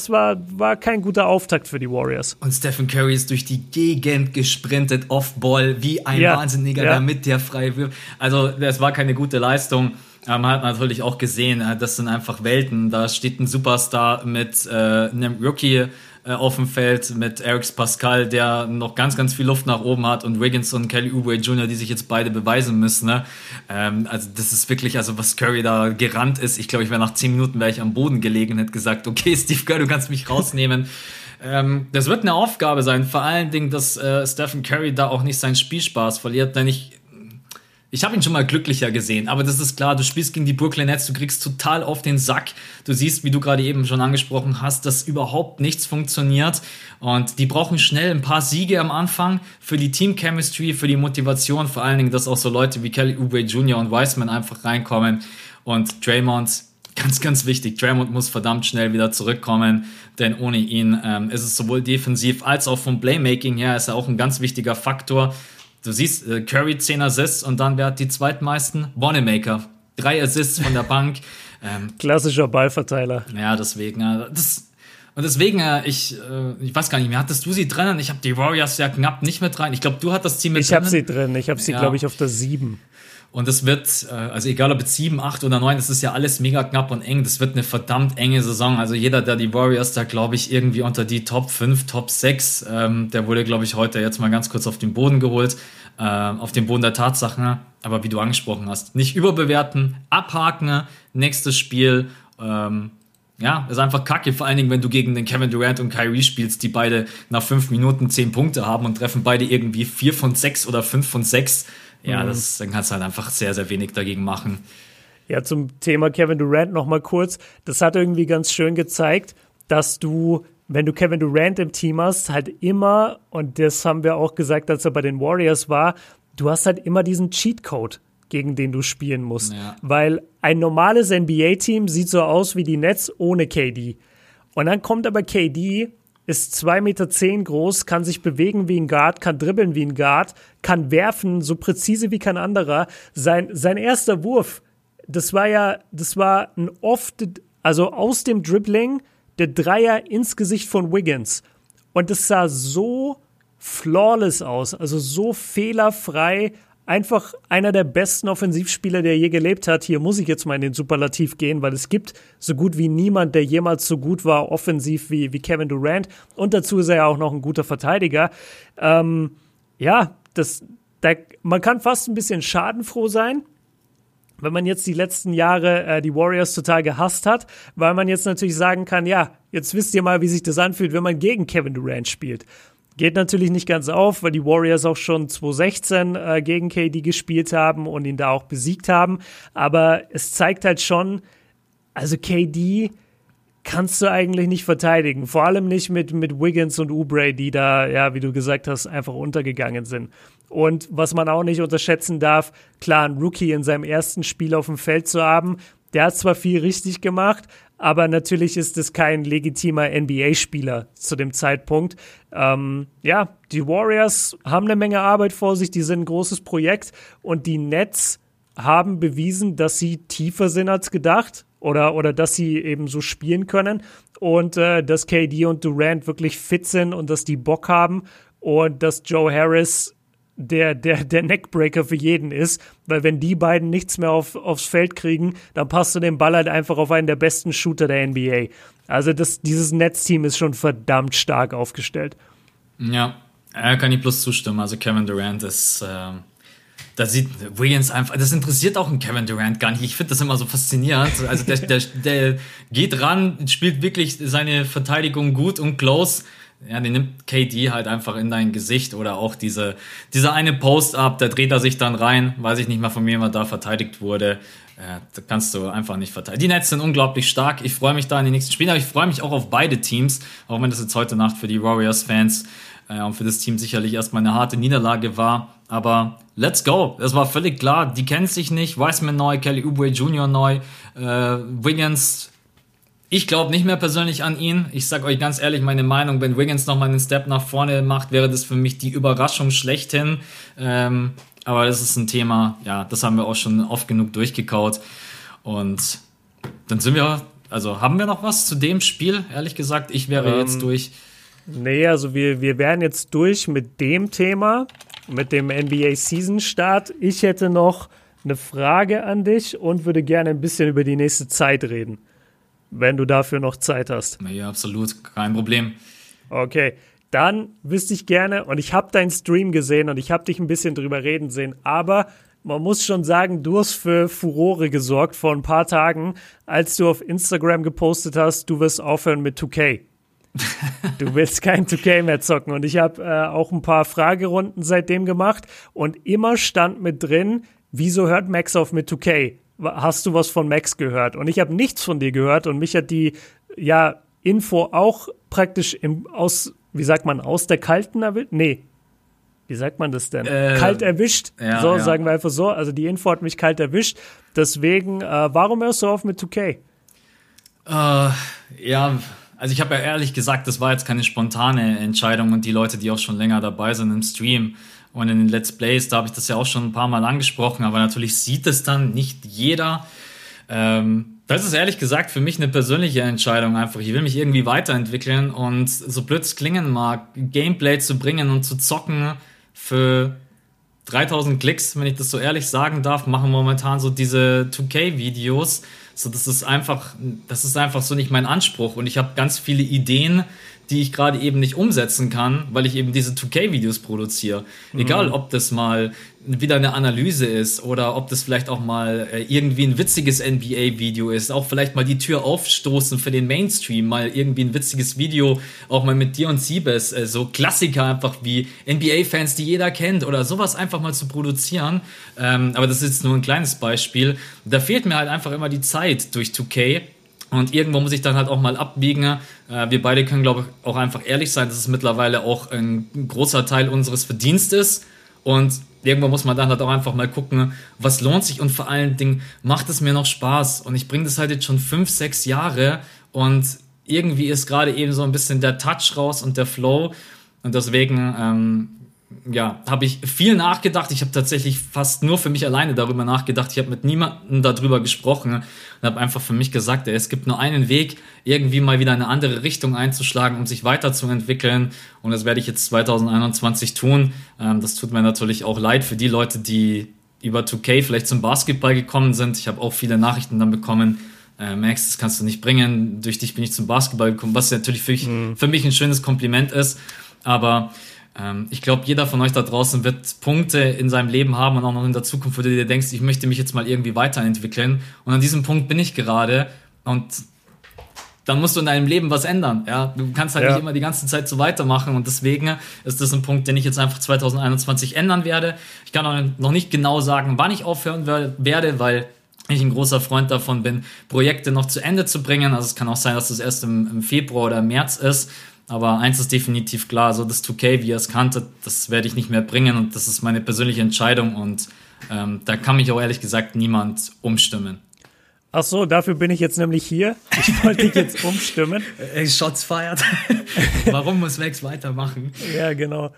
kein guter Auftakt für die Warriors. Und Stephen Curry ist durch die Gegend gesprintet, Off-Ball, wie ein Wahnsinniger, damit der frei wirft. Also, das war keine gute Leistung. Man hat natürlich auch gesehen, das sind einfach Welten. Da steht ein Superstar mit einem Rookie auf dem Feld, mit Eric Pascal, der noch ganz, ganz viel Luft nach oben hat, und Wiggins und Kelly Oubre Jr., die sich jetzt beide beweisen müssen. Ne? Also das ist wirklich, also was Curry da gerannt ist, ich glaube, ich wäre nach 10 Minuten wäre ich am Boden gelegen und hätte gesagt, okay, Steve Kerr, du kannst mich rausnehmen. Das wird eine Aufgabe sein, vor allen Dingen, dass Stephen Curry da auch nicht seinen Spielspaß verliert, denn ich habe ihn schon mal glücklicher gesehen, aber das ist klar, du spielst gegen die Brooklyn Nets, du kriegst total auf den Sack. Du siehst, wie du gerade eben schon angesprochen hast, dass überhaupt nichts funktioniert, und die brauchen schnell ein paar Siege am Anfang für die Team-Chemistry, für die Motivation, vor allen Dingen, dass auch so Leute wie Kelly Oubre Jr. und Wiseman einfach reinkommen, und Draymond, ganz, ganz wichtig, Draymond muss verdammt schnell wieder zurückkommen, denn ohne ihn ist es sowohl defensiv als auch vom Playmaking her ist er auch ein ganz wichtiger Faktor. Du siehst, Curry 10 Assists, und dann wer hat die zweitmeisten? Wanamaker. 3 Assists von der Bank. Klassischer Ballverteiler. Ja, deswegen. Ich weiß gar nicht mehr, hattest du sie drin? Ich habe die Warriors ja knapp nicht mit rein. Ich glaube, du hattest sie mit drin. Ich habe sie drin. Ich habe sie, glaube ich, auf der 7. Und es wird, also egal ob es 7, 8 oder 9, das ist ja alles mega knapp und eng. Das wird eine verdammt enge Saison. Also jeder, der die Warriors da, glaube ich, irgendwie unter die Top 5, Top 6, der wurde, glaube ich, heute jetzt mal ganz kurz auf den Boden geholt. auf dem Boden der Tatsachen. Aber wie du angesprochen hast, nicht überbewerten, abhaken, nächstes Spiel. Ist einfach kacke, vor allen Dingen, wenn du gegen den Kevin Durant und Kyrie spielst, die beide nach 5 Minuten 10 Punkte haben und treffen beide irgendwie 4 von 6 oder 5 von 6. Ja, dann kannst du halt einfach sehr, sehr wenig dagegen machen. Ja, zum Thema Kevin Durant noch mal kurz. Das hat irgendwie ganz schön gezeigt, dass du, wenn du Kevin Durant im Team hast, halt immer, und das haben wir auch gesagt, als er bei den Warriors war, du hast halt immer diesen Cheatcode, gegen den du spielen musst. Ja. Weil ein normales NBA-Team sieht so aus wie die Nets ohne KD. Und dann kommt aber KD, ist 2,10 Meter groß, kann sich bewegen wie ein Guard, kann dribbeln wie ein Guard, kann werfen, so präzise wie kein anderer. Sein erster Wurf, das war ein also aus dem Dribbling, der Dreier ins Gesicht von Wiggins. Und das sah so flawless aus, also so fehlerfrei. Einfach einer der besten Offensivspieler, der je gelebt hat. Hier muss ich jetzt mal in den Superlativ gehen, weil es gibt so gut wie niemand, der jemals so gut war offensiv wie Kevin Durant. Und dazu ist er ja auch noch ein guter Verteidiger. Man kann fast ein bisschen schadenfroh sein, wenn man jetzt die letzten Jahre die Warriors total gehasst hat, weil man jetzt natürlich sagen kann, ja, jetzt wisst ihr mal, wie sich das anfühlt, wenn man gegen Kevin Durant spielt. Geht natürlich nicht ganz auf, weil die Warriors auch schon 2016 gegen KD gespielt haben und ihn da auch besiegt haben. Aber es zeigt halt schon, also KD kannst du eigentlich nicht verteidigen. Vor allem nicht mit Wiggins und Oubre, die da, ja, wie du gesagt hast, einfach untergegangen sind. Und was man auch nicht unterschätzen darf, klar, einen Rookie in seinem ersten Spiel auf dem Feld zu haben, der hat zwar viel richtig gemacht, aber natürlich ist es kein legitimer NBA-Spieler zu dem Zeitpunkt. Die Warriors haben eine Menge Arbeit vor sich, die sind ein großes Projekt und die Nets haben bewiesen, dass sie tiefer sind als gedacht oder dass sie eben so spielen können und dass KD und Durant wirklich fit sind und dass die Bock haben und dass Joe Harris der Neckbreaker für jeden ist, weil wenn die beiden nichts mehr aufs Feld kriegen, dann passt du den Ball halt einfach auf einen der besten Shooter der NBA. Also dieses Netzteam ist schon verdammt stark aufgestellt. Ja, kann ich bloß zustimmen. Also Kevin Durant ist, da sieht Wiggins einfach, das interessiert auch einen Kevin Durant gar nicht. Ich finde das immer so faszinierend. Also der geht ran, spielt wirklich seine Verteidigung gut und close. Ja, den nimmt KD halt einfach in dein Gesicht oder auch dieser eine Post-Up, da dreht er sich dann rein, weiß ich nicht mal von mir, was da verteidigt wurde. Da kannst du einfach nicht verteidigen. Die Nets sind unglaublich stark. Ich freue mich da in den nächsten Spielen, aber ich freue mich auch auf beide Teams, auch wenn das jetzt heute Nacht für die Warriors-Fans und für das Team sicherlich erstmal eine harte Niederlage war. Aber let's go. Das war völlig klar. Die kennen sich nicht. Wiseman neu, Kelly Oubre Jr. neu, Wiggins. Ich glaube nicht mehr persönlich an ihn. Ich sag euch ganz ehrlich meine Meinung, wenn Wiggins nochmal einen Step nach vorne macht, wäre das für mich die Überraschung schlechthin. Aber das ist ein Thema, ja, das haben wir auch schon oft genug durchgekaut. Und dann haben wir noch was zu dem Spiel, ehrlich gesagt? Ich wäre jetzt durch. Nee, also wir wären jetzt durch mit dem Thema, mit dem NBA-Season-Start. Ich hätte noch eine Frage an dich und würde gerne ein bisschen über die nächste Zeit reden. Wenn du dafür noch Zeit hast. Ja, absolut, kein Problem. Okay, dann wüsste ich gerne, und ich habe deinen Stream gesehen und ich habe dich ein bisschen drüber reden sehen, aber man muss schon sagen, du hast für Furore gesorgt vor ein paar Tagen, als du auf Instagram gepostet hast, du wirst aufhören mit 2K. Du willst kein 2K mehr zocken und ich habe auch ein paar Fragerunden seitdem gemacht und immer stand mit drin, wieso hört Max auf mit 2K? Hast du was von Max gehört? Und ich habe nichts von dir gehört und mich hat die Info auch praktisch aus der kalten erwischt? Nee. Wie sagt man das denn? Kalt erwischt. Ja. Sagen wir einfach so. Also die Info hat mich kalt erwischt. Deswegen, warum hörst du auf mit 2K? Also ich habe ja ehrlich gesagt, das war jetzt keine spontane Entscheidung und die Leute, die auch schon länger dabei sind im Stream und in den Let's Plays, da habe ich das ja auch schon ein paar Mal angesprochen, aber natürlich sieht es dann nicht jeder. Das ist ehrlich gesagt für mich eine persönliche Entscheidung einfach. Ich will mich irgendwie weiterentwickeln und so blöd es klingen mag, Gameplay zu bringen und zu zocken für 3000 Klicks, wenn ich das so ehrlich sagen darf, machen momentan so diese 2K-Videos. So, das ist einfach so nicht mein Anspruch. Und ich habe ganz viele Ideen, die ich gerade eben nicht umsetzen kann, weil ich eben diese 2K-Videos produziere. Egal, ob das mal wieder eine Analyse ist oder ob das vielleicht auch mal irgendwie ein witziges NBA-Video ist, auch vielleicht mal die Tür aufstoßen für den Mainstream, mal irgendwie ein witziges Video, auch mal mit dir und Siebes, so Klassiker einfach wie NBA-Fans, die jeder kennt oder sowas einfach mal zu produzieren. Aber das ist jetzt nur ein kleines Beispiel. Da fehlt mir halt einfach immer die Zeit durch 2K. Und irgendwo muss ich dann halt auch mal abbiegen. Wir beide können, glaube ich, auch einfach ehrlich sein, dass es mittlerweile auch ein großer Teil unseres Verdienstes ist. Und irgendwo muss man dann halt auch einfach mal gucken, was lohnt sich und vor allen Dingen macht es mir noch Spaß. Und ich bringe das halt jetzt schon 5, 6 Jahre und irgendwie ist gerade eben so ein bisschen der Touch raus und der Flow. Und deswegen habe ich viel nachgedacht. Ich habe tatsächlich fast nur für mich alleine darüber nachgedacht. Ich habe mit niemandem darüber gesprochen und habe einfach für mich gesagt, es gibt nur einen Weg, irgendwie mal wieder eine andere Richtung einzuschlagen, um sich weiterzuentwickeln. Und das werde ich jetzt 2021 tun. Das tut mir natürlich auch leid für die Leute, die über 2K vielleicht zum Basketball gekommen sind. Ich habe auch viele Nachrichten dann bekommen, Max, das kannst du nicht bringen. Durch dich bin ich zum Basketball gekommen, was natürlich für mich ein schönes Kompliment ist. Aber ich glaube, jeder von euch da draußen wird Punkte in seinem Leben haben und auch noch in der Zukunft, wo du dir denkst, ich möchte mich jetzt mal irgendwie weiterentwickeln. Und an diesem Punkt bin ich gerade. Und dann musst du in deinem Leben was ändern. Ja? Du kannst halt nicht immer die ganze Zeit so weitermachen. Und deswegen ist das ein Punkt, den ich jetzt einfach 2021 ändern werde. Ich kann auch noch nicht genau sagen, wann ich aufhören werde, weil ich ein großer Freund davon bin, Projekte noch zu Ende zu bringen. Also es kann auch sein, dass das erst im Februar oder im März ist. Aber eins ist definitiv klar, so das 2K, wie ihr es kanntet, das werde ich nicht mehr bringen und das ist meine persönliche Entscheidung und da kann mich auch ehrlich gesagt niemand umstimmen. Ach so, dafür bin ich jetzt nämlich hier. Ich wollte dich jetzt umstimmen. Shots fired. Warum muss Max weitermachen? Ja, genau.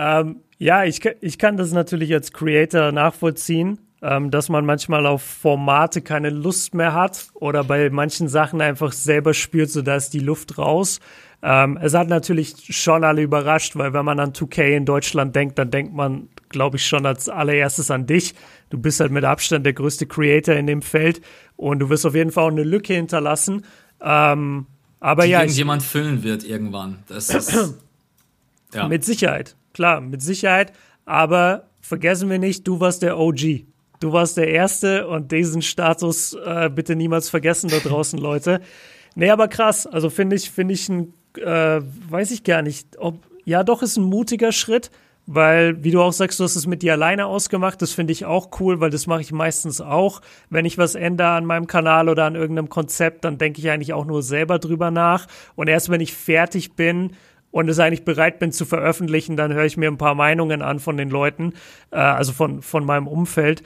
Ich kann das natürlich als Creator nachvollziehen, dass man manchmal auf Formate keine Lust mehr hat oder bei manchen Sachen einfach selber spürt, so da ist die Luft raus. Es hat natürlich schon alle überrascht, weil wenn man an 2K in Deutschland denkt, dann denkt man, glaube ich, schon als allererstes an dich. Du bist halt mit Abstand der größte Creator in dem Feld und du wirst auf jeden Fall auch eine Lücke hinterlassen. Aber die ja, irgendjemand füllen wird irgendwann. Das ist, ja. Mit Sicherheit, klar, mit Sicherheit. Aber vergessen wir nicht, du warst der OG. Du warst der Erste und diesen Status bitte niemals vergessen da draußen, Leute. Nee, aber krass. Also finde ich ein weiß ich gar nicht, ist ein mutiger Schritt, weil, wie du auch sagst, du hast es mit dir alleine ausgemacht, das finde ich auch cool, weil das mache ich meistens auch, wenn ich was ändere an meinem Kanal oder an irgendeinem Konzept, dann denke ich eigentlich auch nur selber drüber nach und erst wenn ich fertig bin und es eigentlich bereit bin zu veröffentlichen, dann höre ich mir ein paar Meinungen an von den Leuten, also von meinem Umfeld.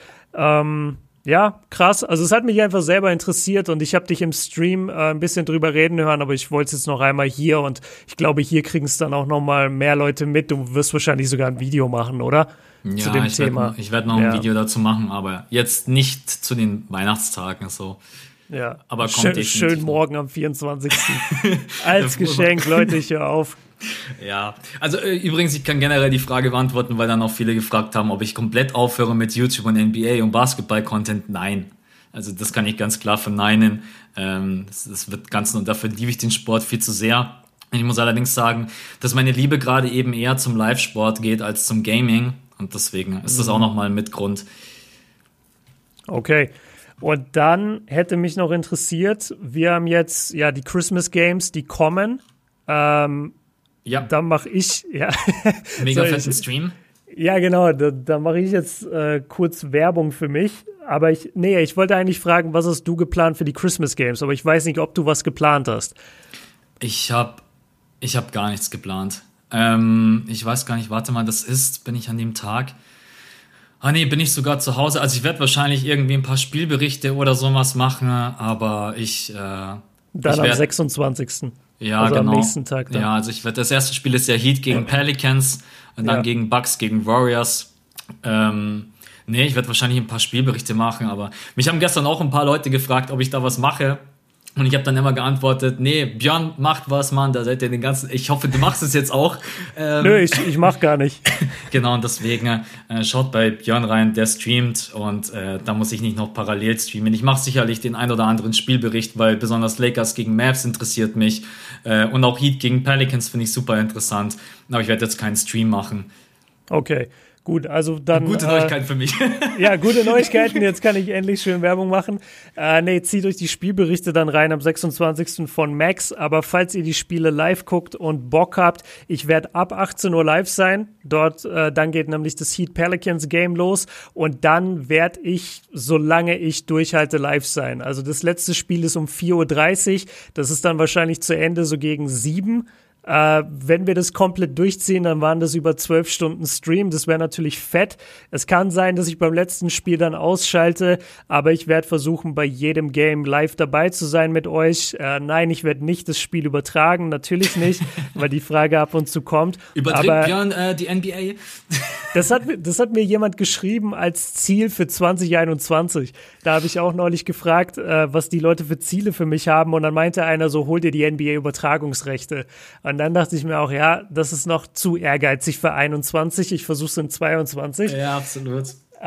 Ja, krass. Also es hat mich einfach selber interessiert und ich habe dich im Stream ein bisschen drüber reden hören, aber ich wollte es jetzt noch einmal hier und ich glaube, hier kriegen es dann auch noch mal mehr Leute mit. Du wirst wahrscheinlich sogar ein Video machen, oder? Ja, zu dem Thema. Ich werd noch ein Video dazu machen, aber jetzt nicht zu den Weihnachtstagen so. Ja, aber kommt schön morgen am 24. Als Geschenk, Leute, ich höre auf. Ja, also übrigens, ich kann generell die Frage beantworten, weil dann auch viele gefragt haben, ob ich komplett aufhöre mit YouTube und NBA und Basketball-Content. Nein, also das kann ich ganz klar verneinen. Das wird ganz nur, dafür liebe ich den Sport viel zu sehr. Ich muss allerdings sagen, dass meine Liebe gerade eben eher zum Live-Sport geht als zum Gaming und deswegen ist das auch nochmal mit Grund. Okay. Und dann hätte mich noch interessiert, wir haben jetzt ja die Christmas Games, die kommen. Ja. Dann mache ich, ja. Mega fetten Stream. Ja, genau. Da mache ich jetzt kurz Werbung für mich. Aber ich wollte eigentlich fragen, was hast du geplant für die Christmas Games? Aber ich weiß nicht, ob du was geplant hast. Ich hab gar nichts geplant. Ich weiß gar nicht, warte mal, bin ich an dem Tag? Bin ich sogar zu Hause? Also ich werde wahrscheinlich irgendwie ein paar Spielberichte oder sowas machen, aber Dann am 26. Ja, also genau. Am nächsten Tag dann. Ja, also das erste Spiel ist ja Heat gegen Pelicans und dann gegen Bucks gegen Warriors. Ich werde wahrscheinlich ein paar Spielberichte machen, aber mich haben gestern auch ein paar Leute gefragt, ob ich da was mache. Und ich habe dann immer geantwortet, nee, Björn macht was, Mann, da seid ihr den ganzen, ich hoffe, du machst es jetzt auch. Nö, ich mach gar nicht. Genau, und deswegen schaut bei Björn rein, der streamt und da muss ich nicht noch parallel streamen. Ich mache sicherlich den ein oder anderen Spielbericht, weil besonders Lakers gegen Mavs interessiert mich und auch Heat gegen Pelicans finde ich super interessant. Aber ich werde jetzt keinen Stream machen. Okay. Gut, also dann. Gute Neuigkeiten für mich. Ja, gute Neuigkeiten. Jetzt kann ich endlich schön Werbung machen. Zieht euch die Spielberichte dann rein am 26. von Max. Aber falls ihr die Spiele live guckt und Bock habt, ich werde ab 18 Uhr live sein. Dort, dann geht nämlich das Heat Pelicans Game los. Und dann werde ich, solange ich durchhalte, live sein. Also das letzte Spiel ist um 4:30 Uhr. Das ist dann wahrscheinlich zu Ende so gegen 7. Wenn wir das komplett durchziehen, dann waren das über 12 Stunden Stream. Das wäre natürlich fett. Es kann sein, dass ich beim letzten Spiel dann ausschalte, aber ich werde versuchen, bei jedem Game live dabei zu sein mit euch. Nein, ich werde nicht das Spiel übertragen, natürlich nicht, weil die Frage ab und zu kommt. Überträgt Björn die NBA? Das hat mir jemand geschrieben als Ziel für 2021. Da habe ich auch neulich gefragt, was die Leute für Ziele für mich haben, und dann meinte einer so, hol dir die NBA-Übertragungsrechte. Und dann dachte ich mir auch, ja, das ist noch zu ehrgeizig für 21. Ich versuche es in 22. Ja, absolut.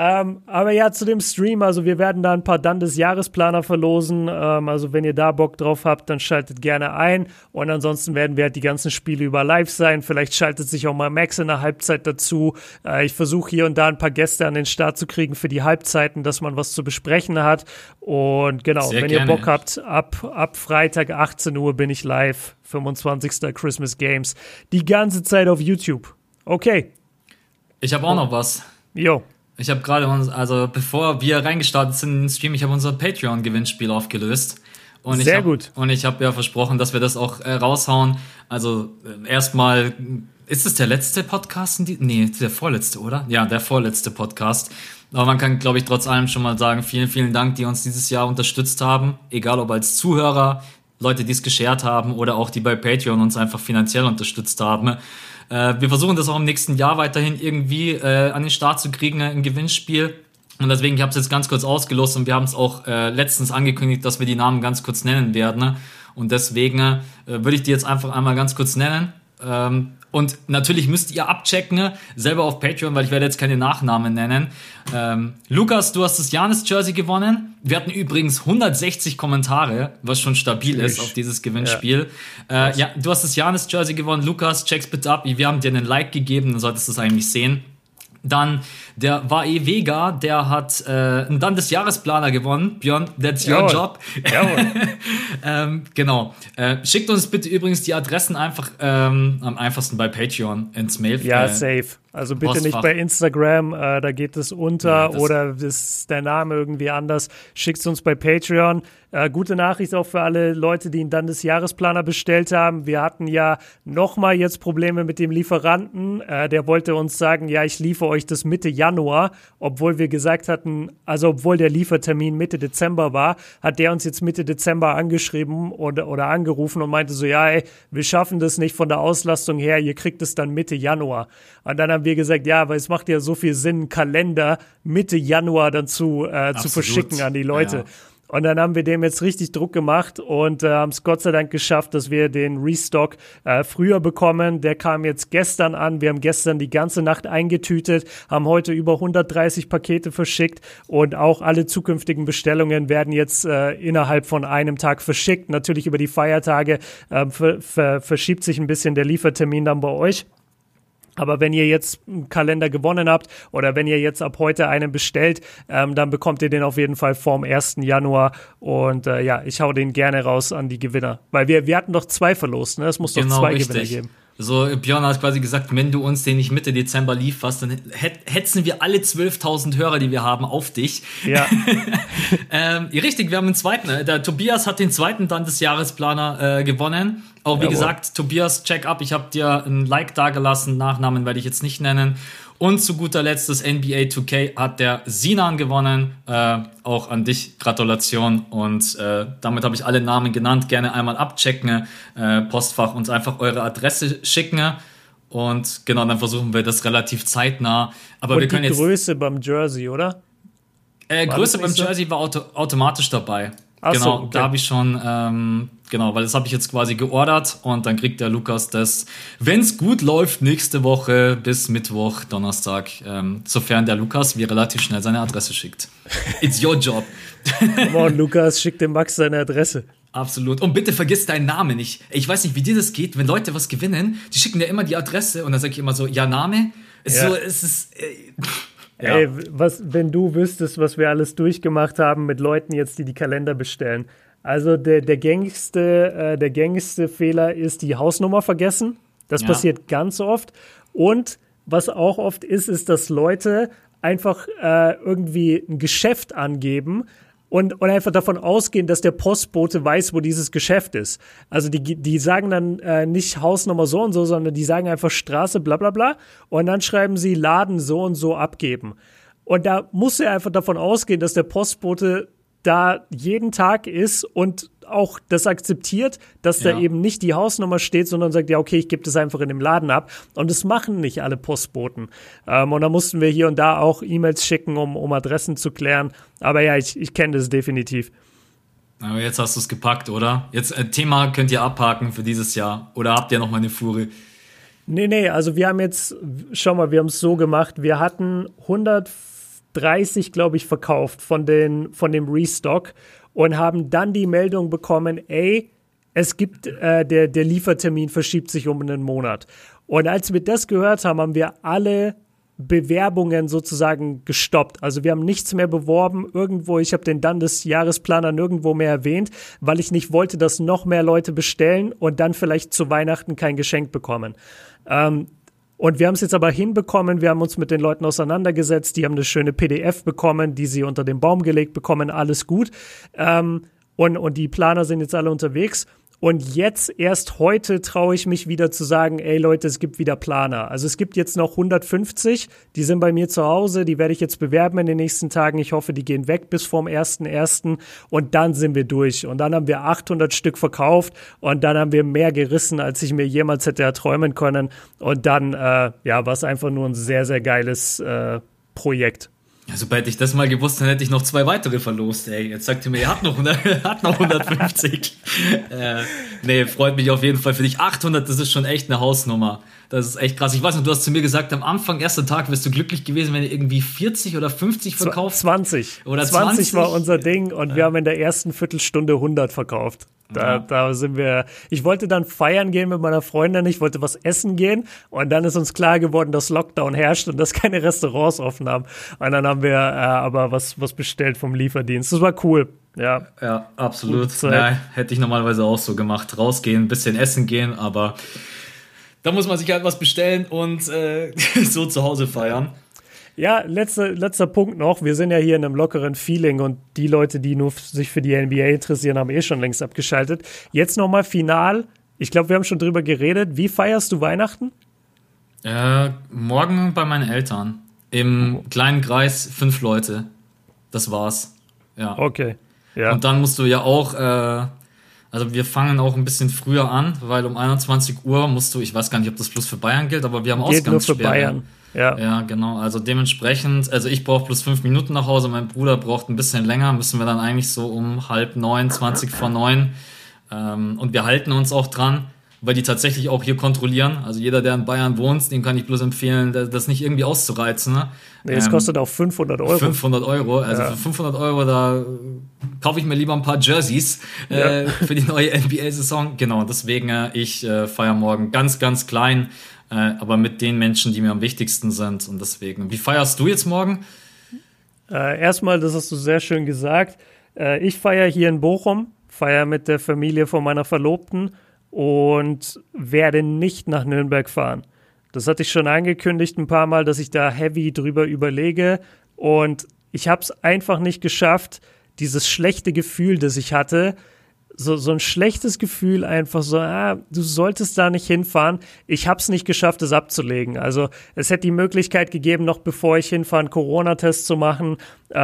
Aber ja, zu dem Stream, also wir werden da ein paar dann des Jahresplaner verlosen. Also wenn ihr da Bock drauf habt, dann schaltet gerne ein. Und ansonsten werden wir halt die ganzen Spiele über live sein. Vielleicht schaltet sich auch mal Max in der Halbzeit dazu. Ich versuche hier und da ein paar Gäste an den Start zu kriegen für die Halbzeiten, dass man was zu besprechen hat. Und genau, sehr wenn gerne. ihr Bock habt, ab Freitag 18 Uhr bin ich live. 25. Christmas Games. Die ganze Zeit auf YouTube. Okay. Ich habe auch noch was. Jo. Ich habe gerade, also bevor wir reingestartet sind in den Stream, ich habe unser Patreon-Gewinnspiel aufgelöst. Und sehr gut. Und ich habe ja versprochen, dass wir das auch raushauen. Also erstmal, ist es der letzte Podcast? Nee, der vorletzte, oder? Ja, der vorletzte Podcast. Aber man kann, glaube ich, trotz allem schon mal sagen, vielen, vielen Dank, die uns dieses Jahr unterstützt haben. Egal ob als Zuhörer, Leute, die es geshared haben oder auch die bei Patreon uns einfach finanziell unterstützt haben. Wir versuchen das auch im nächsten Jahr weiterhin irgendwie an den Start zu kriegen, ein Gewinnspiel. Und deswegen, ich habe es jetzt ganz kurz ausgelost und wir haben es auch letztens angekündigt, dass wir die Namen ganz kurz nennen werden. Und deswegen würde ich die jetzt einfach einmal ganz kurz nennen. Und natürlich müsst ihr abchecken, selber auf Patreon, weil ich werde jetzt keine Nachnamen nennen. Lukas, du hast das Giannis-Jersey gewonnen. Wir hatten übrigens 160 Kommentare, was schon stabil ist auf dieses Gewinnspiel. Ja, du hast das Giannis-Jersey gewonnen. Lukas, check's bitte ab. Wir haben dir einen Like gegeben, dann solltest du es eigentlich sehen. Dann der Vae Vega, der hat dann des Jahresplaner gewonnen. Björn, that's your job. Jawohl. Genau. Schickt uns bitte übrigens die Adressen einfach am einfachsten bei Patreon ins Mail. Ja, safe. Also bitte Postfach. nicht bei Instagram, da geht es unter, Ja, oder ist der Name irgendwie anders. Schickt uns bei Patreon. Gute Nachricht auch für alle Leute, die ihn dann des Jahresplaner bestellt haben. Wir hatten ja nochmal jetzt Probleme mit dem Lieferanten. Der wollte uns sagen, ja, ich liefere euch das Mitte Januar, obwohl wir gesagt hatten, also obwohl der Liefertermin Mitte Dezember war, hat der uns jetzt Mitte Dezember angeschrieben oder angerufen und meinte so, ja, ey, wir schaffen das nicht von der Auslastung her, ihr kriegt es dann Mitte Januar. Und dann haben wir gesagt, ja, weil es macht ja so viel Sinn, einen Kalender Mitte Januar dann zu verschicken an die Leute. Ja. Und dann haben wir dem jetzt richtig Druck gemacht und haben es Gott sei Dank geschafft, dass wir den Restock früher bekommen. Der kam jetzt gestern an. Wir haben gestern die ganze Nacht eingetütet, haben heute über 130 Pakete verschickt und auch alle zukünftigen Bestellungen werden jetzt innerhalb von einem Tag verschickt. Natürlich über die Feiertage verschiebt sich ein bisschen der Liefertermin dann bei euch. Aber wenn ihr jetzt einen Kalender gewonnen habt oder wenn ihr jetzt ab heute einen bestellt, dann bekommt ihr den auf jeden Fall vorm 1. Januar. Und ja, ich hau den gerne raus an die Gewinner. Weil wir hatten doch 2 verlost, ne? Es muss doch 2 Gewinner geben. So, Björn hat quasi gesagt, wenn du uns den nicht Mitte Dezember lieferst, dann hetzen wir alle 12.000 Hörer, die wir haben, auf dich. Ja. Richtig, wir haben einen zweiten. Der Tobias hat den zweiten dann des Jahresplaner gewonnen. Auch wie gesagt, Tobias, check up. Ich habe dir ein Like dagelassen. Nachnamen werde ich jetzt nicht nennen. Und zu guter Letzt das NBA 2K hat der Sinan gewonnen. Auch an dich Gratulation. Und damit habe ich alle Namen genannt. Gerne einmal abchecken. Postfach uns einfach eure Adresse schicken. Und genau, dann versuchen wir das relativ zeitnah. Aber und wir können die jetzt Größe beim Jersey, oder? Größe beim Jersey war automatisch dabei. Ach genau, so, okay. da habe ich schon, genau, weil das habe ich jetzt quasi geordert und dann kriegt der Lukas das, wenn es gut läuft, nächste Woche bis Mittwoch, Donnerstag, sofern der Lukas mir relativ schnell seine Adresse schickt. It's your job. Come on, Lukas, schick dem Max seine Adresse. Absolut. Und bitte vergiss deinen Namen nicht. Ich weiß nicht, wie dir das geht, wenn Leute was gewinnen, die schicken ja immer die Adresse und dann sage ich immer so, ja, Name? Ja. So, es ist... ja. Ey, wenn du wüsstest, was wir alles durchgemacht haben mit Leuten jetzt, die Kalender bestellen. Also der gängigste Fehler ist die Hausnummer vergessen. Das passiert ganz oft. Und was auch oft ist, dass Leute einfach irgendwie ein Geschäft angeben und einfach davon ausgehen, dass der Postbote weiß, wo dieses Geschäft ist. Also die sagen dann nicht Hausnummer so und so, sondern die sagen einfach Straße bla bla bla und dann schreiben sie Laden so und so abgeben. Und da muss er einfach davon ausgehen, dass der Postbote da jeden Tag ist und auch das akzeptiert, dass da eben nicht die Hausnummer steht, sondern sagt, ja, okay, ich gebe das einfach in dem Laden ab. Und das machen nicht alle Postboten. Und da mussten wir hier und da auch E-Mails schicken, um Adressen zu klären. Aber ja, ich kenne das definitiv. Aber jetzt hast du es gepackt, oder? Jetzt Thema könnt ihr abhaken für dieses Jahr. Oder habt ihr noch mal eine Fuhre? Nee, also wir haben jetzt, schau mal, wir haben es so gemacht, wir hatten 130, glaube ich, verkauft von dem Restock und haben dann die Meldung bekommen, es gibt, der Liefertermin verschiebt sich um einen Monat. Und als wir das gehört haben, haben wir alle Bewerbungen sozusagen gestoppt. Also wir haben nichts mehr beworben irgendwo. Ich habe den dann des Jahresplaner nirgendwo mehr erwähnt, weil ich nicht wollte, dass noch mehr Leute bestellen und dann vielleicht zu Weihnachten kein Geschenk bekommen. Und wir haben es jetzt aber hinbekommen, wir haben uns mit den Leuten auseinandergesetzt, die haben eine schöne PDF bekommen, die sie unter den Baum gelegt bekommen, alles gut. Und die Planer sind jetzt alle unterwegs. Und jetzt, erst heute, traue ich mich wieder zu sagen, ey Leute, es gibt wieder Planer. Also es gibt jetzt noch 150, die sind bei mir zu Hause, die werde ich jetzt bewerben in den nächsten Tagen. Ich hoffe, die gehen weg bis vorm 1.1. Und dann sind wir durch. Und dann haben wir 800 Stück verkauft und dann haben wir mehr gerissen, als ich mir jemals hätte erträumen können. Und dann war es einfach nur ein sehr, sehr geiles Projekt. Ja, sobald ich das mal gewusst hätte, hätte ich noch 2 weitere verlost, ey. Jetzt sagt ihr mir, ihr habt noch 150. Nee, freut mich auf jeden Fall für dich. 800, das ist schon echt eine Hausnummer. Das ist echt krass. Ich weiß noch, du hast zu mir gesagt, am Anfang, erster Tag, wärst du glücklich gewesen, wenn du irgendwie 40 oder 50 verkauft. 20. Oder 20 war unser Ding und wir haben in der ersten Viertelstunde 100 verkauft. Da sind wir, ich wollte dann feiern gehen mit meiner Freundin, ich wollte was essen gehen und dann ist uns klar geworden, dass Lockdown herrscht und dass keine Restaurants offen haben. Und dann haben wir aber was bestellt vom Lieferdienst. Das war cool. Ja, absolut. Ja, hätte ich normalerweise auch so gemacht. Rausgehen, ein bisschen essen gehen, aber da muss man sich halt was bestellen und so zu Hause feiern. Ja, letzter Punkt noch. Wir sind ja hier in einem lockeren Feeling und die Leute, die nur sich für die NBA interessieren, haben schon längst abgeschaltet. Jetzt nochmal final. Ich glaube, wir haben schon drüber geredet. Wie feierst du Weihnachten? Morgen bei meinen Eltern. Im kleinen Kreis 5 Leute. Das war's. Ja. Okay. Ja. Und dann musst du ja auch, also wir fangen auch ein bisschen früher an, weil um 21 Uhr musst du, ich weiß gar nicht, ob das bloß für Bayern gilt, aber wir haben Ausgangssperre. Nur für Bayern. Ja, genau. Also dementsprechend, also ich brauche plus 5 Minuten nach Hause, mein Bruder braucht ein bisschen länger, müssen wir dann eigentlich so um 8:30, 20 vor 9. Und wir halten uns auch dran, weil die tatsächlich auch hier kontrollieren. Also jeder, der in Bayern wohnt, dem kann ich bloß empfehlen, das nicht irgendwie auszureizen. Ne? Nee, es kostet auch 500 Euro. 500 Euro. Also für 500 Euro, da kaufe ich mir lieber ein paar Jerseys für die neue NBA-Saison. Genau, deswegen ich feiere morgen ganz, ganz klein, aber mit den Menschen, die mir am wichtigsten sind. Und deswegen, wie feierst du jetzt morgen? Erstmal, das hast du sehr schön gesagt. Ich feiere hier in Bochum, feiere mit der Familie von meiner Verlobten und werde nicht nach Nürnberg fahren. Das hatte ich schon angekündigt ein paar Mal, dass ich da heavy drüber überlege und ich habe es einfach nicht geschafft, dieses schlechte Gefühl, das ich hatte, so ein schlechtes Gefühl, einfach so, du solltest da nicht hinfahren. Ich habe es nicht geschafft, es abzulegen. Also es hätte die Möglichkeit gegeben, noch bevor ich hinfahre, einen Corona-Test zu machen.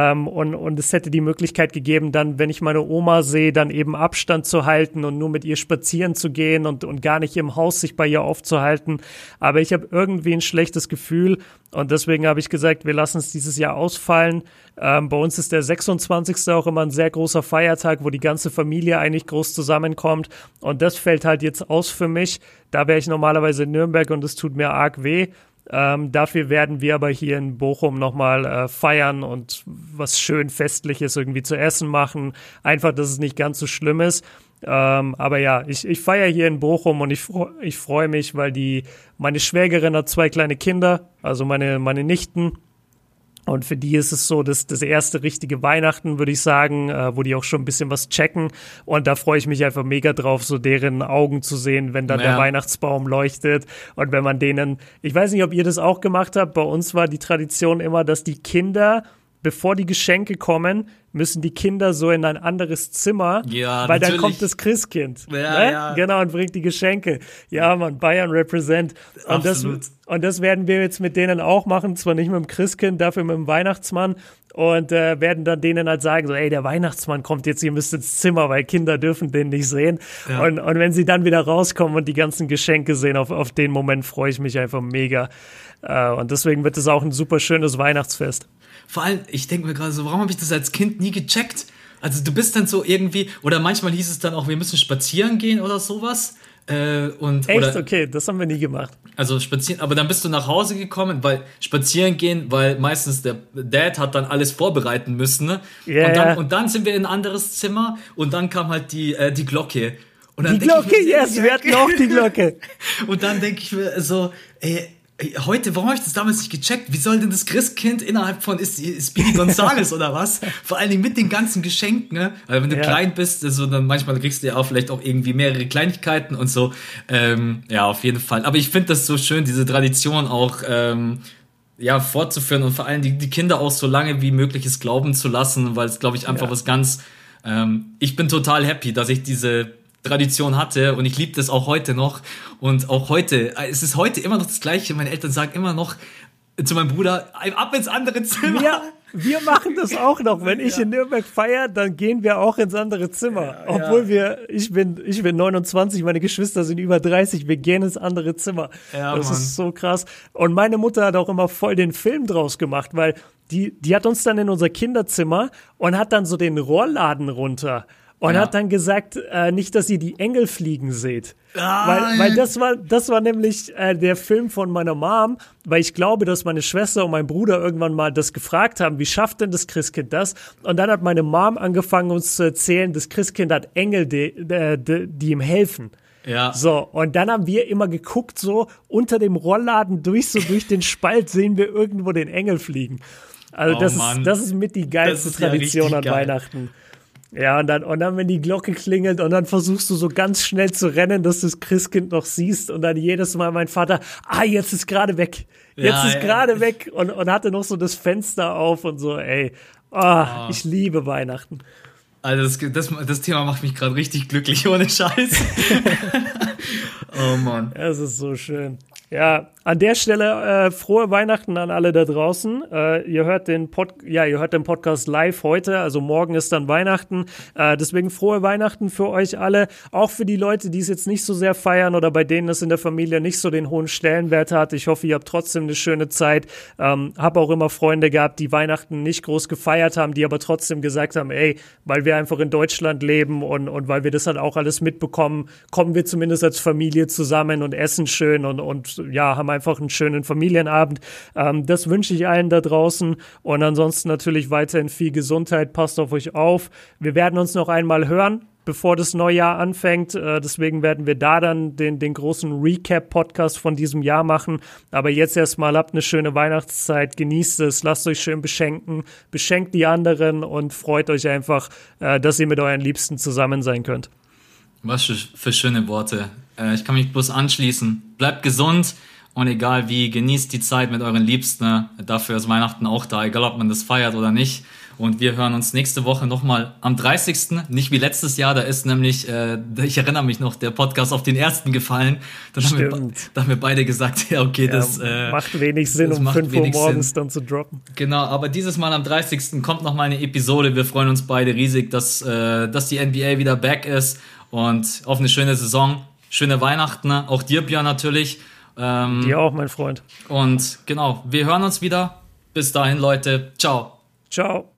Und es hätte die Möglichkeit gegeben, dann, wenn ich meine Oma sehe, dann eben Abstand zu halten und nur mit ihr spazieren zu gehen und gar nicht im Haus sich bei ihr aufzuhalten. Aber ich habe irgendwie ein schlechtes Gefühl und deswegen habe ich gesagt, wir lassen es dieses Jahr ausfallen. Bei uns ist der 26. auch immer ein sehr großer Feiertag, wo die ganze Familie eigentlich groß zusammenkommt und das fällt halt jetzt aus für mich. Da wäre ich normalerweise in Nürnberg und es tut mir arg weh. Dafür werden wir aber hier in Bochum nochmal feiern und was schön Festliches irgendwie zu essen machen. Einfach, dass es nicht ganz so schlimm ist. Aber ja, ich feiere hier in Bochum und ich freue mich, weil meine Schwägerin hat 2 kleine Kinder, also meine Nichten. Und für die ist es so das erste richtige Weihnachten, würde ich sagen, wo die auch schon ein bisschen was checken. Und da freue ich mich einfach mega drauf, so deren Augen zu sehen, wenn dann der Weihnachtsbaum leuchtet. Und wenn man denen, ich weiß nicht, ob ihr das auch gemacht habt, bei uns war die Tradition immer, dass die Kinder, bevor die Geschenke kommen, müssen die Kinder so in ein anderes Zimmer, weil dann kommt das Christkind. Ja. Genau, und bringt die Geschenke. Ja, Mann, Bayern represent. Und das werden wir jetzt mit denen auch machen, zwar nicht mit dem Christkind, dafür mit dem Weihnachtsmann und werden dann denen halt sagen, so, ey, der Weihnachtsmann kommt jetzt, ihr müsst ins Zimmer, weil Kinder dürfen den nicht sehen. Ja. Und wenn sie dann wieder rauskommen und die ganzen Geschenke sehen, auf den Moment freue ich mich einfach mega. Und deswegen wird es auch ein super schönes Weihnachtsfest. Vor allem, ich denke mir gerade so, warum habe ich das als Kind nie gecheckt? Also du bist dann so irgendwie, oder manchmal hieß es dann auch, wir müssen spazieren gehen oder sowas. Echt? Okay, das haben wir nie gemacht. Also spazieren, aber dann bist du nach Hause gekommen, weil spazieren gehen, weil meistens der Dad hat dann alles vorbereiten müssen. Ne? Yeah. Und dann sind wir in ein anderes Zimmer und dann kam halt die Glocke. Und dann die Glocke, wir hatten auch die Glocke. Und dann denke ich mir so, heute, warum habe ich das damals nicht gecheckt? Wie soll denn das Christkind innerhalb von Speedy Gonzales oder was? Vor allen Dingen mit den ganzen Geschenken, ne? Weil wenn du klein bist, also dann manchmal kriegst du ja auch vielleicht auch irgendwie mehrere Kleinigkeiten und so. Ja, auf jeden Fall. Aber ich finde das so schön, diese Tradition auch fortzuführen und vor allem die Kinder auch so lange wie möglich es glauben zu lassen, weil es, glaube ich, einfach was ganz ich bin total happy, dass ich diese Tradition hatte und ich liebe das auch heute noch und auch heute, es ist heute immer noch das Gleiche, meine Eltern sagen immer noch zu meinem Bruder, ab ins andere Zimmer. Ja, wir machen das auch noch, wenn ich in Nürnberg feiere, dann gehen wir auch ins andere Zimmer, obwohl ich bin 29, meine Geschwister sind über 30, wir gehen ins andere Zimmer, das ist so krass und meine Mutter hat auch immer voll den Film draus gemacht, weil die hat uns dann in unser Kinderzimmer und hat dann so den Rollladen runter. Und hat dann gesagt, nicht, dass ihr die Engel fliegen seht. Weil das war nämlich der Film von meiner Mom, weil ich glaube, dass meine Schwester und mein Bruder irgendwann mal das gefragt haben, wie schafft denn das Christkind das? Und dann hat meine Mom angefangen, uns zu erzählen, das Christkind hat Engel, die ihm helfen. Ja. So, und dann haben wir immer geguckt, so unter dem Rollladen durch den Spalt sehen wir irgendwo den Engel fliegen. Also das ist mit die geilste Tradition an Weihnachten. Ja, und dann, wenn die Glocke klingelt und dann versuchst du so ganz schnell zu rennen, dass du das Christkind noch siehst und dann jedes Mal mein Vater, jetzt ist gerade weg. Weg und hatte noch so das Fenster auf und so, ich liebe Weihnachten. Also das Thema macht mich gerade richtig glücklich, ohne Scheiß. Oh Mann. Es ist so schön. Ja, an der Stelle frohe Weihnachten an alle da draußen. Ihr hört den Podcast live heute, also morgen ist dann Weihnachten. Deswegen frohe Weihnachten für euch alle. Auch für die Leute, die es jetzt nicht so sehr feiern oder bei denen es in der Familie nicht so den hohen Stellenwert hat. Ich hoffe, ihr habt trotzdem eine schöne Zeit. Habe auch immer Freunde gehabt, die Weihnachten nicht groß gefeiert haben, die aber trotzdem gesagt haben, weil wir einfach in Deutschland leben und weil wir das halt auch alles mitbekommen, kommen wir zumindest als Familie zusammen und essen schön und haben einfach einen schönen Familienabend. Das wünsche ich allen da draußen und ansonsten natürlich weiterhin viel Gesundheit. Passt auf euch auf. Wir werden uns noch einmal hören, bevor das neue Jahr anfängt. Deswegen werden wir da dann den großen Recap-Podcast von diesem Jahr machen. Aber jetzt erstmal habt eine schöne Weihnachtszeit. Genießt es. Lasst euch schön beschenken. Beschenkt die anderen und freut euch einfach, dass ihr mit euren Liebsten zusammen sein könnt. Was für schöne Worte. Ich kann mich bloß anschließen. Bleibt gesund und egal wie, genießt die Zeit mit euren Liebsten. Dafür ist Weihnachten auch da, egal ob man das feiert oder nicht. Und wir hören uns nächste Woche nochmal am 30. Nicht wie letztes Jahr, da ist nämlich, ich erinnere mich noch, der Podcast auf den 1. gefallen. Dann haben wir beide gesagt, ja okay, das macht wenig Sinn, um 5 Uhr morgens dann zu droppen. Genau, aber dieses Mal am 30. kommt nochmal eine Episode. Wir freuen uns beide riesig, dass die NBA wieder back ist und auf eine schöne Saison. Schöne Weihnachten, auch dir, Björn, natürlich. Dir auch, mein Freund. Und genau, wir hören uns wieder. Bis dahin, Leute. Ciao. Ciao.